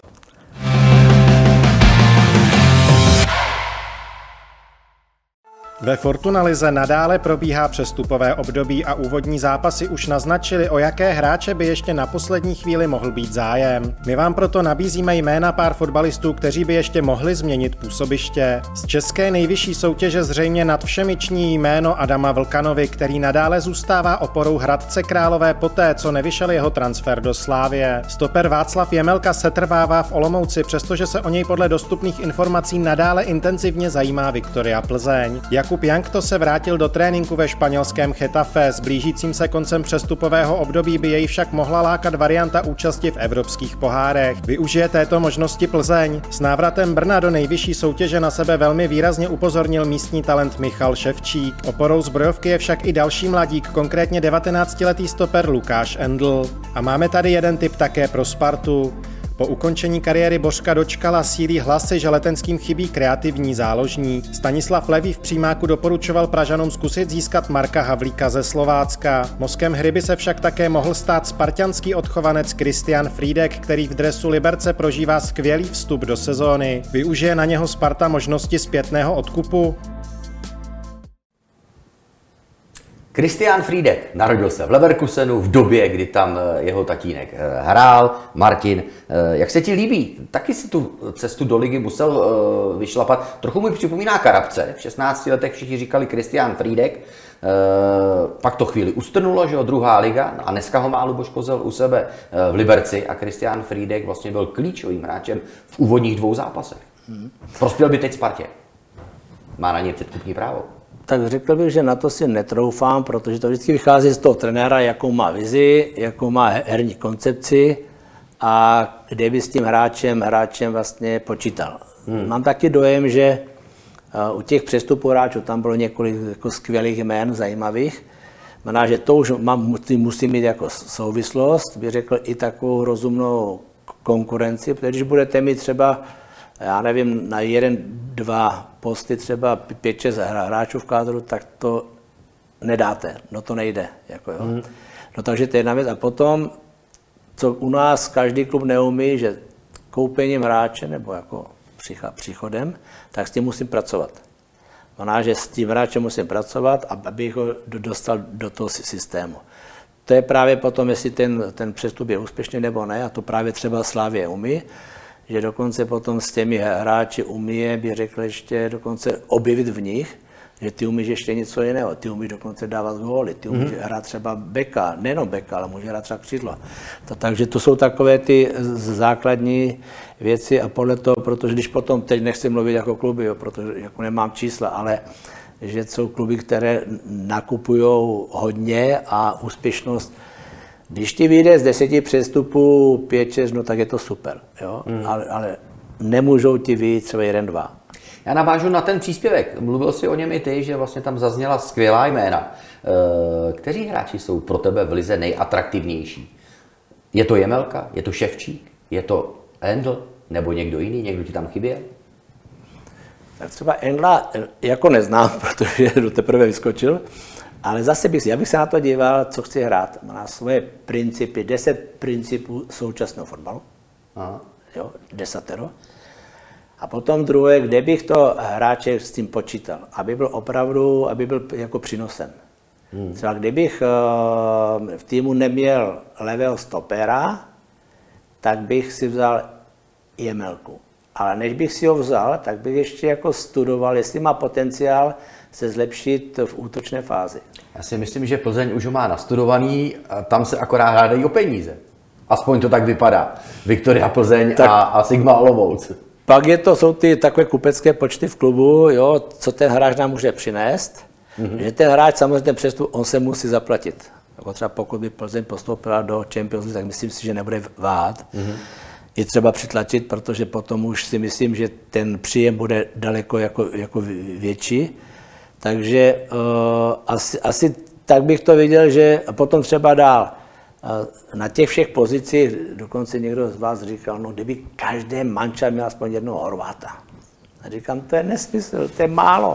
Ve Fortuna lize nadále probíhá přestupové období a úvodní zápasy už naznačily, o jaké hráče by ještě na poslední chvíli mohl být zájem. My vám proto nabízíme jména pár fotbalistů, kteří by ještě mohli změnit působiště. Z české nejvyšší soutěže zřejmě nad všemi ční jméno Adama Vlkanovi, který nadále zůstává oporou Hradce Králové poté, co nevyšel jeho transfer do Slavie. Stoper Václav Jemelka setrvává v Olomouci, přestože se o něj podle dostupných informací nadále intenzivně zajímá Viktoria Plzeň. Jakub Jankto se vrátil do tréninku ve španělském Getafe, s blížícím se koncem přestupového období by jej však mohla lákat varianta účasti v evropských pohárech. Využije této možnosti Plzeň? S návratem Brna do nejvyšší soutěže na sebe velmi výrazně upozornil místní talent Michal Ševčík. Oporou zbrojovky je však i další mladík, konkrétně devatenáctiletý stoper Lukáš Endl. A máme tady jeden tip také pro Spartu. Po ukončení kariéry Bořka Dočkala sílí hlasy, že Letenským chybí kreativní záložník. Stanislav Levý v přímáku doporučoval Pražanům zkusit získat Marka Havlíka ze Slovácka. Mozkem hry by se však také mohl stát spartanský odchovanec Christian Friedek, který v dresu Liberce prožívá skvělý vstup do sezóny. Využije na něho Sparta možnosti zpětného odkupu? Christian Friedek narodil se v Leverkusenu v době, kdy tam jeho tatínek hrál. Martin, jak se ti líbí? Taky si tu cestu do ligy musel vyšlapat. Trochu mi připomíná Karabce. V šestnácti letech všichni říkali Christian Friedek. Pak to chvíli ustrnulo, že jo, druhá liga, a dneska ho má Luboš Kozel u sebe v Liberci a Christian Friedek vlastně byl klíčovým hráčem v úvodních dvou zápasech. Prospěl by teď Spartě. Má na něj předkupní právo. Tak řekl bych, že na to si netroufám, protože to vždycky vychází z toho trenéra, jakou má vizi, jakou má herní koncepci a kde by s tím hráčem, hráčem vlastně počítal. Hmm. Mám taky dojem, že u těch přestupů hráčů tam bylo několik jako skvělých jmén, zajímavých. Znamená, že to už mám, musí mít jako souvislost, bych řekl i takovou rozumnou konkurenci, protože když budete mít třeba, já nevím, na jeden, dva posty třeba pět, šest hráčů v kádru, tak to nedáte, no to nejde. Jako jo. Mm. No takže to je jedna věc. A potom, co u nás každý klub neumí, že koupením hráče nebo jako příchodem, tak s tím musím pracovat. Znamená, že s tím hráčem musím pracovat, abych ho dostal do toho systému. To je právě potom, jestli ten, ten přestup je úspěšný nebo ne, a to právě třeba Slavie umí, že dokonce potom s těmi hráči umí, by řekl ještě dokonce objevit v nich, že ty umíš ještě něco jiného, ty umíš dokonce dávat góly, ty umíš mm-hmm. hrát třeba beka, nejenom beka, ale může hrát třeba křídlo. To, takže to jsou takové ty základní věci a podle toho, protože když potom, teď nechci mluvit jako kluby, jo, protože jako nemám čísla, ale že jsou kluby, které nakupují hodně a úspěšnost. Když ti vyjde z deseti přestupů pět, šest, no tak je to super, jo? Mm. Ale, ale nemůžou ti vyjít třeba jeden, dva. Já navážu na ten příspěvek. Mluvil jsi o něm i ty, že vlastně tam zazněla skvělá jména. Kteří hráči jsou pro tebe v lize nejatraktivnější? Je to Jemelka? Je to Ševčík? Je to Endl? Nebo někdo jiný? Někdo ti tam chyběl? Tak třeba Endla jako neznám, protože do teprve vyskočil. Ale zase bych, já bych se na to díval, co chci hrát. Má svoje principy, deset principů současného fotbalu. Aha. Jo, desatero. A potom druhé, kde bych to hráče s tím počítal, aby byl opravdu, aby byl jako přínosem. Hmm. Třeba kdybych uh, v týmu neměl levého stopera, tak bych si vzal Jemelku. Ale než bych si ho vzal, tak bych ještě jako studoval, jestli má potenciál se zlepšit v útočné fázi. Já si myslím, že Plzeň už ho má nastudovaný, a tam se akorát hádají o peníze. Aspoň to tak vypadá. Viktoria Plzeň tak, a, a Sigma Olomouc. Pak je to, jsou ty takové kupecké počty v klubu, jo, co ten hráč nám může přinést. Mm-hmm. Že ten hráč samozřejmě ten přestup, on se musí zaplatit. Jako třeba pokud by Plzeň postoupila do Champions League, tak myslím si, že nebude váhat. Mm-hmm. Je třeba přitlačit, protože potom už si myslím, že ten příjem bude daleko jako, jako větší. Takže uh, asi, asi tak bych to viděl, že potom třeba dál. Uh, na těch všech pozicích, dokonce někdo z vás říkal, no kdyby každé manča měl aspoň jednoho Horváta. A říkám, to je nesmysl, to je málo.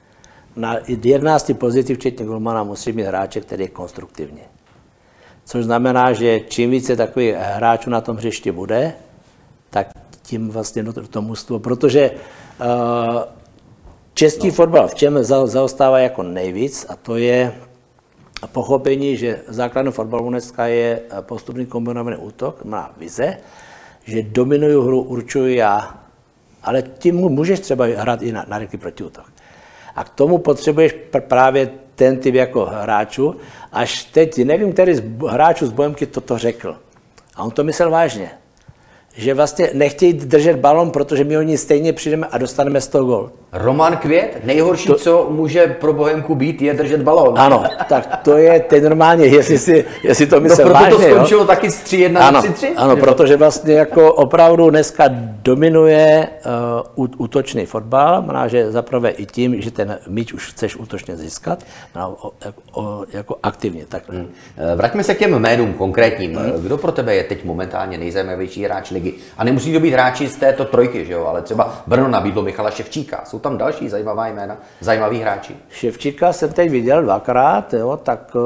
Na jedenácti pozicích, včetně golmana, musí mít hráče, který je konstruktivní. Což znamená, že čím více takových hráčů na tom hřišti bude, tak tím vlastně do toho mužstvo, protože uh, český no. fotbal v čem zaostává jako nejvíc, a to je pochopení, že základem fotbalu dneska je postupný kombinovaný útok, má vize, že dominuju hru, určuji já, ale tím můžeš třeba hrát i na, na rychlý protiútok. A k tomu potřebuješ pr- právě ten typ jako hráčů, až teď, nevím, který z hráčů z Bohemky toto řekl. A on to myslel vážně. Že vlastně nechtějí držet balon, protože my o ní stejně přijdeme a dostaneme z toho gól. Roman Květ, nejhorší, to, co může pro Bohemku být, je držet balón. Ano, tak to je teď normálně, jestli, si, jestli to myslel no, vážně. Proto to skončilo jo? taky z tři jedna na tři tři? Ano, ano, protože vlastně jako opravdu dneska dominuje uh, útočný fotbal, znamená, že zaprvé i tím, že ten míč už chceš útočně získat, no, o, o, jako aktivně. Tak. Hmm. Vraťme se k těm jménům konkrétním. Hmm. Kdo pro tebe je teď momentálně nejzajímavější hráč ligy? A nemusí to být hráči z této trojky, že jo? Ale třeba Brno nabídlo Michala Ševčíka. Jsou tam další zajímavá jména, zajímaví hráči? Ševčíka jsem teď viděl dvakrát, jo, tak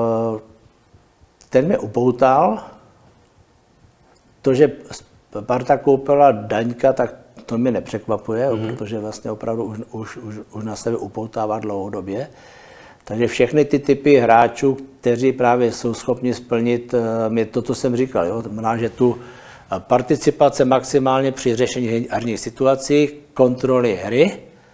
ten mě upoutal. To, že Sparta koupila Daňka, tak to mě nepřekvapuje, mm-hmm. protože vlastně opravdu už, už, už, už na sebe upoutává dlouhodobě. Takže všechny ty typy hráčů, kteří právě jsou schopni splnit mě to, co jsem říkal, jo, to znamená, že tu participace maximálně při řešení herních situací, kontroly hry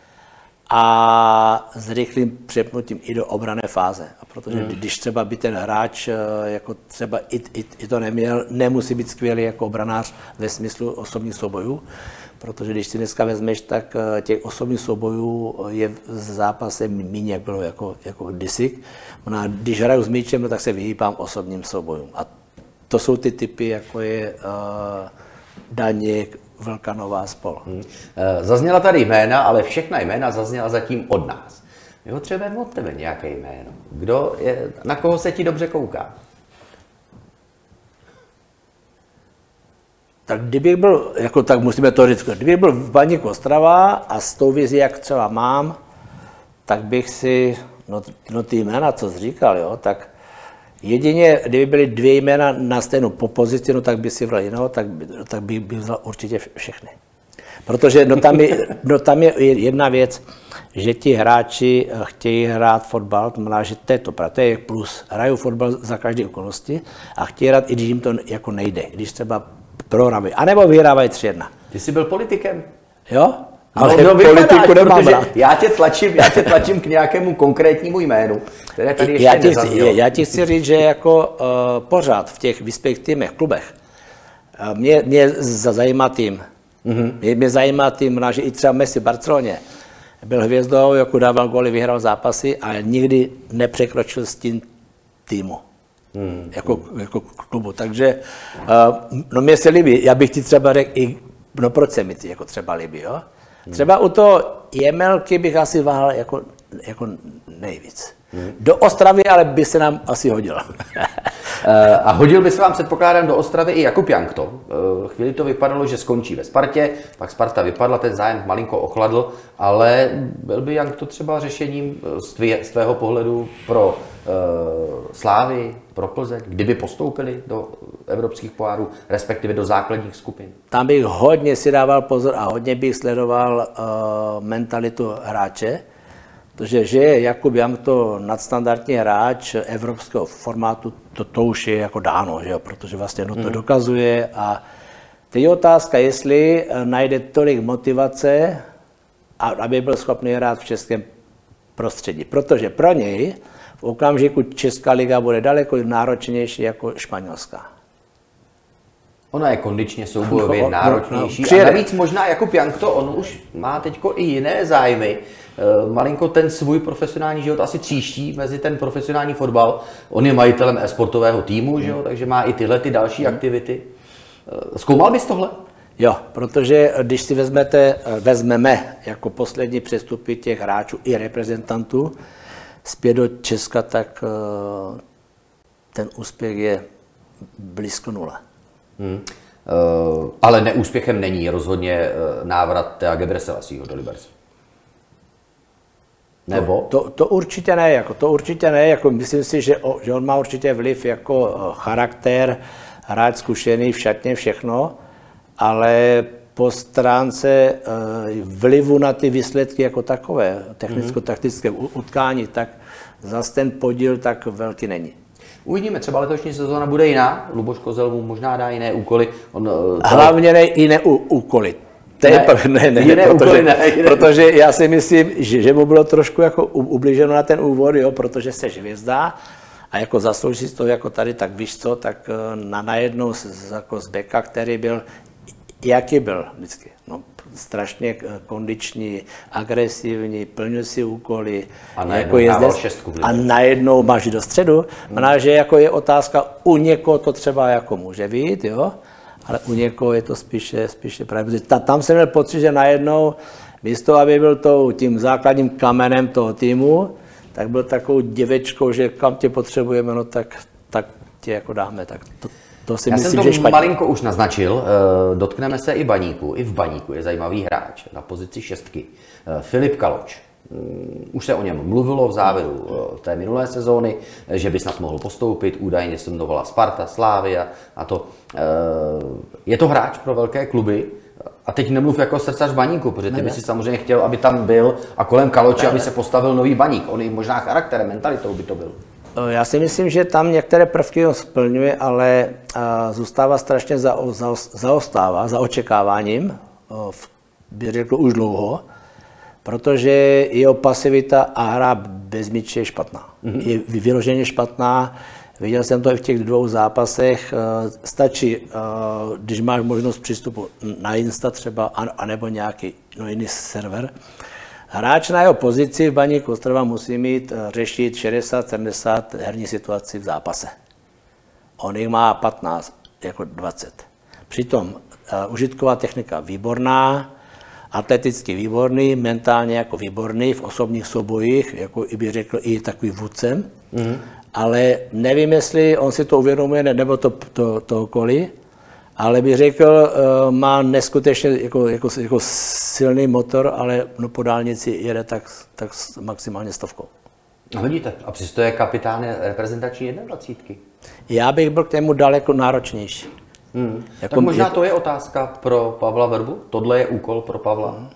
a s rychlým přepnutím i do obranné fáze. A protože hmm. když třeba by ten hráč jako třeba i, i, i to neměl, nemusí být skvělý jako obranář ve smyslu osobních soubojů, protože když si dneska vezmeš, tak těch osobních soubojů je v zápase méně, jak bylo jako, jako kdysi. Když hraju s míčem, no, tak se vyhýbám osobním soubojům. A to jsou ty typy, jako je uh, Daněk, Vlkanová spol. Hmm. Zazněla tady jména, ale všechna jména zazněla zatím od nás. My potřebujeme od tebe nějaké jméno. Kdo je, na koho se ti dobře kouká? Tak kdybych byl, jako tak musíme to říct, kdybych byl v Baníku Ostrava a s tou vizí, jak třeba mám, tak bych si, no, no ty jména, co jsi říkal, jo, tak jedině, kdyby byly dvě jména na stejnou pozici, no tak by si vzal jiného, tak, tak bych by vzal určitě všechny. Protože no tam, je, no tam je jedna věc, že ti hráči chtějí hrát fotbal, to znamená, že to je to, to je plus. Hrajou fotbal za každé okolnosti a chtějí hrát, i když jim to jako nejde, když třeba prohrávají, anebo vyhrávají tři jedna. Ty jsi byl politikem? Jo? Ale no, no, politiku nemám rád. Já tě tlačím, já tě tlačím k nějakému konkrétnímu jménu, které tady ještě já ti, nezaznělo. Já ti chci říct, že jako uh, pořád v těch vyspělých týmech, klubech, uh, mě, mě zajímá tým. Mm-hmm. Mě, mě zajímá tým, že i třeba Messi v Barceloně byl hvězdou, jako dával góly, vyhrál zápasy, ale nikdy nepřekročil s tím týmu. Mm. Jako, jako klubu. Takže uh, no mě se líbí. Já bych ti třeba řekl i, no proč se mi ty jako třeba líbí, jo? Třeba u toho Jemelky bych asi váhal jako, jako nejvíc. Hmm. Do Ostravy, ale by se nám asi hodil. A hodil by se vám, předpokládám, do Ostravy i Jakub Jankto. Chvíli to vypadalo, že skončí ve Spartě, pak Sparta vypadla, ten zájem malinko ochladl, ale byl by Jankto třeba řešením z, tvý, z tvého pohledu pro uh, Slávy, pro Plzeň, kdyby postoupili do evropských pohárů, respektive do základních skupin? Tam bych hodně si dával pozor a hodně bych sledoval uh, mentalitu hráče, protože že je Jakub Jankto nadstandardní hráč evropského formátu, to, to už je jako dáno, že jo? Protože vlastně no, to dokazuje a Teď je otázka, jestli najde tolik motivace, aby byl schopný hrát v českém prostředí. Protože pro něj v okamžiku Česká liga bude daleko náročnější jako španělská. Ona je kondičně soubojově No, no, náročnější. no, A navíc možná jako Pjankto, on už má teďko i jiné zájmy. E, malinko ten svůj profesionální život asi tříští mezi ten profesionální fotbal. On je majitelem e-sportového týmu, že jo? Takže má i tyhle ty další aktivity. E, zkoumal bys tohle? Jo, protože když si vezmete, vezmeme jako poslední přestupy těch hráčů i reprezentantů zpět do Česka, tak ten úspěch je blízko nula. Hmm. Uh, ale neúspěchem není rozhodně uh, návrat Thea Gebreselasieho do Liberce. Nebo? To, to, to určitě ne, jako, to určitě ne, jako myslím si, že, o, že on má určitě vliv jako charakter, hráč zkušený v šatně, všechno, ale po stránce vlivu na ty výsledky jako takové, technicko-taktické utkání, tak zase ten podíl tak velký není. Uvidíme, třeba letošní sezóna bude jiná, Luboš Kozel mu možná dá jiné úkoly. On, Hlavně ne, jiné úkoly. To ne, je, ne, ne, jiné protože, úkoly ne, jiné. protože já si myslím, že, že mu bylo trošku jako ublíženo na ten úvod, jo, protože se hvězda a jako zaslouží to jako tady, tak víš co, tak na najednou z, jako z beka, který byl, jaký byl vždycky, no, strašně kondiční, agresivní, plnil si úkoly. A najednou jako dával šestku. A najednou máš do středu. Znamená, hmm. že jako je otázka, u někoho to třeba jako může být, jo? Ale u někoho je to spíše, spíše právě. Tam jsem měl pocit, že najednou místo, aby byl to, tím základním kamenem toho týmu, tak byl takovou děvečkou, že kam tě potřebujeme, no tak, tak tě jako dáme. Tak to, to si Já myslím, jsem to že špatně. malinko už naznačil, dotkneme se i Baníku. I v Baníku je zajímavý hráč na pozici šestky. Filip Kaloč. Už se o něm mluvilo v závěru té minulé sezóny, že by snad mohl postoupit, údajně se jmenovala Sparta, Slavia a to. Je to hráč pro velké kluby a teď nemluv jako srdcař Baníku, protože ty by si samozřejmě chtěl, aby tam byl a kolem Kaloče, aby se postavil nový Baník. On i možná charakterem, mentalitou by to byl. Já si myslím, že tam některé prvky ho splňuje, ale zůstává strašně za, za, zaostává za očekáváním, bych řekl už dlouho, protože jeho pasivita a hra bez míče je špatná. Mm-hmm. Je vyloženě špatná. Viděl jsem to i v těch dvou zápasech. Stačí, když máš možnost přístupu na Insta třeba, anebo nějaký no, jiný server. Hráč na jeho pozici v Baníku Ostrava musí mít řešit šedesát sedmdesát herní situací v zápase. On jich má patnáct, jako dvacet. Přitom uh, užitková technika výborná, atleticky výborný, mentálně jako výborný, v osobních soubojích, jako i bych řekl, i takový vůdcem. Mm-hmm. Ale nevím, jestli on si to uvědomuje, nebo to, to, to okolí, ale bych řekl, má neskutečně jako, jako, jako silný motor, ale no, po dálnici jede tak, tak maximálně stovkou. No vidíte, a přesto je kapitán reprezentační jednadvacítky. Já bych byl k němu daleko náročnější. Hmm. Jako, tak možná je... to je otázka pro Pavla Vrbu? Tohle je úkol pro Pavla? Hmm.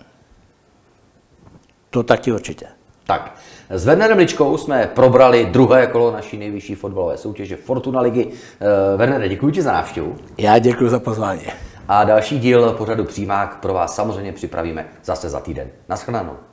To taky určitě. Tak, s Wernerem Ličkou jsme probrali druhé kolo naší nejvyšší fotbalové soutěže Fortuna ligy. Wernere, děkuji ti za návštěvu. Já děkuji za pozvání. A další díl pořadu Přímák pro vás samozřejmě připravíme zase za týden. Naschledanou.